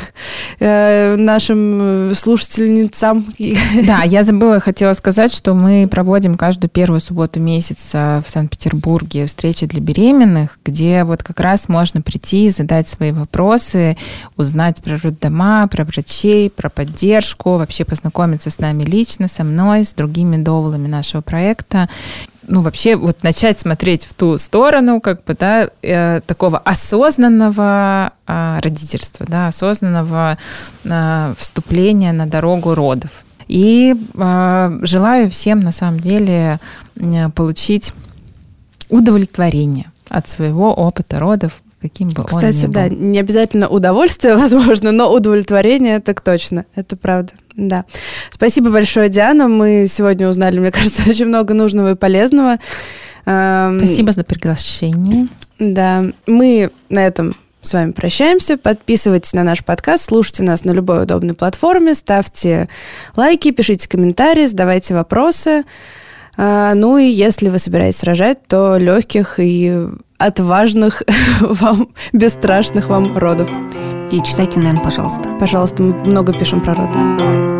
нашим слушательницам. Да, я забыла, хотела сказать, что мы проводим каждую первую субботу месяца в Санкт-Петербурге встречи для беременных, где вот как раз можно прийти, задать свои вопросы, узнать про роддома, про врачей, про поддержку, вообще познакомиться с нами лично, со мной, с другими доволами нашего проекта. Ну, вообще, вот начать смотреть в ту сторону, как бы, да, э, такого осознанного э, родительства, да, осознанного э, вступления на дорогу родов. И э, желаю всем, на самом деле, э, получить удовлетворение от своего опыта родов, каким бы Кстати, он ни был. да, не обязательно удовольствие, возможно, но удовлетворение так точно, это правда. Да. Спасибо большое, Диана. Мы сегодня узнали, мне кажется, очень много нужного и полезного. Спасибо за приглашение. Да, мы на этом с вами прощаемся. Подписывайтесь на наш подкаст, слушайте нас на любой удобной платформе, ставьте лайки, пишите комментарии, задавайте вопросы. Ну и если вы собираетесь рожать, то легких и отважных вам, бесстрашных вам родов. И читайте эн эн, пожалуйста. Пожалуйста, мы много пишем про роды.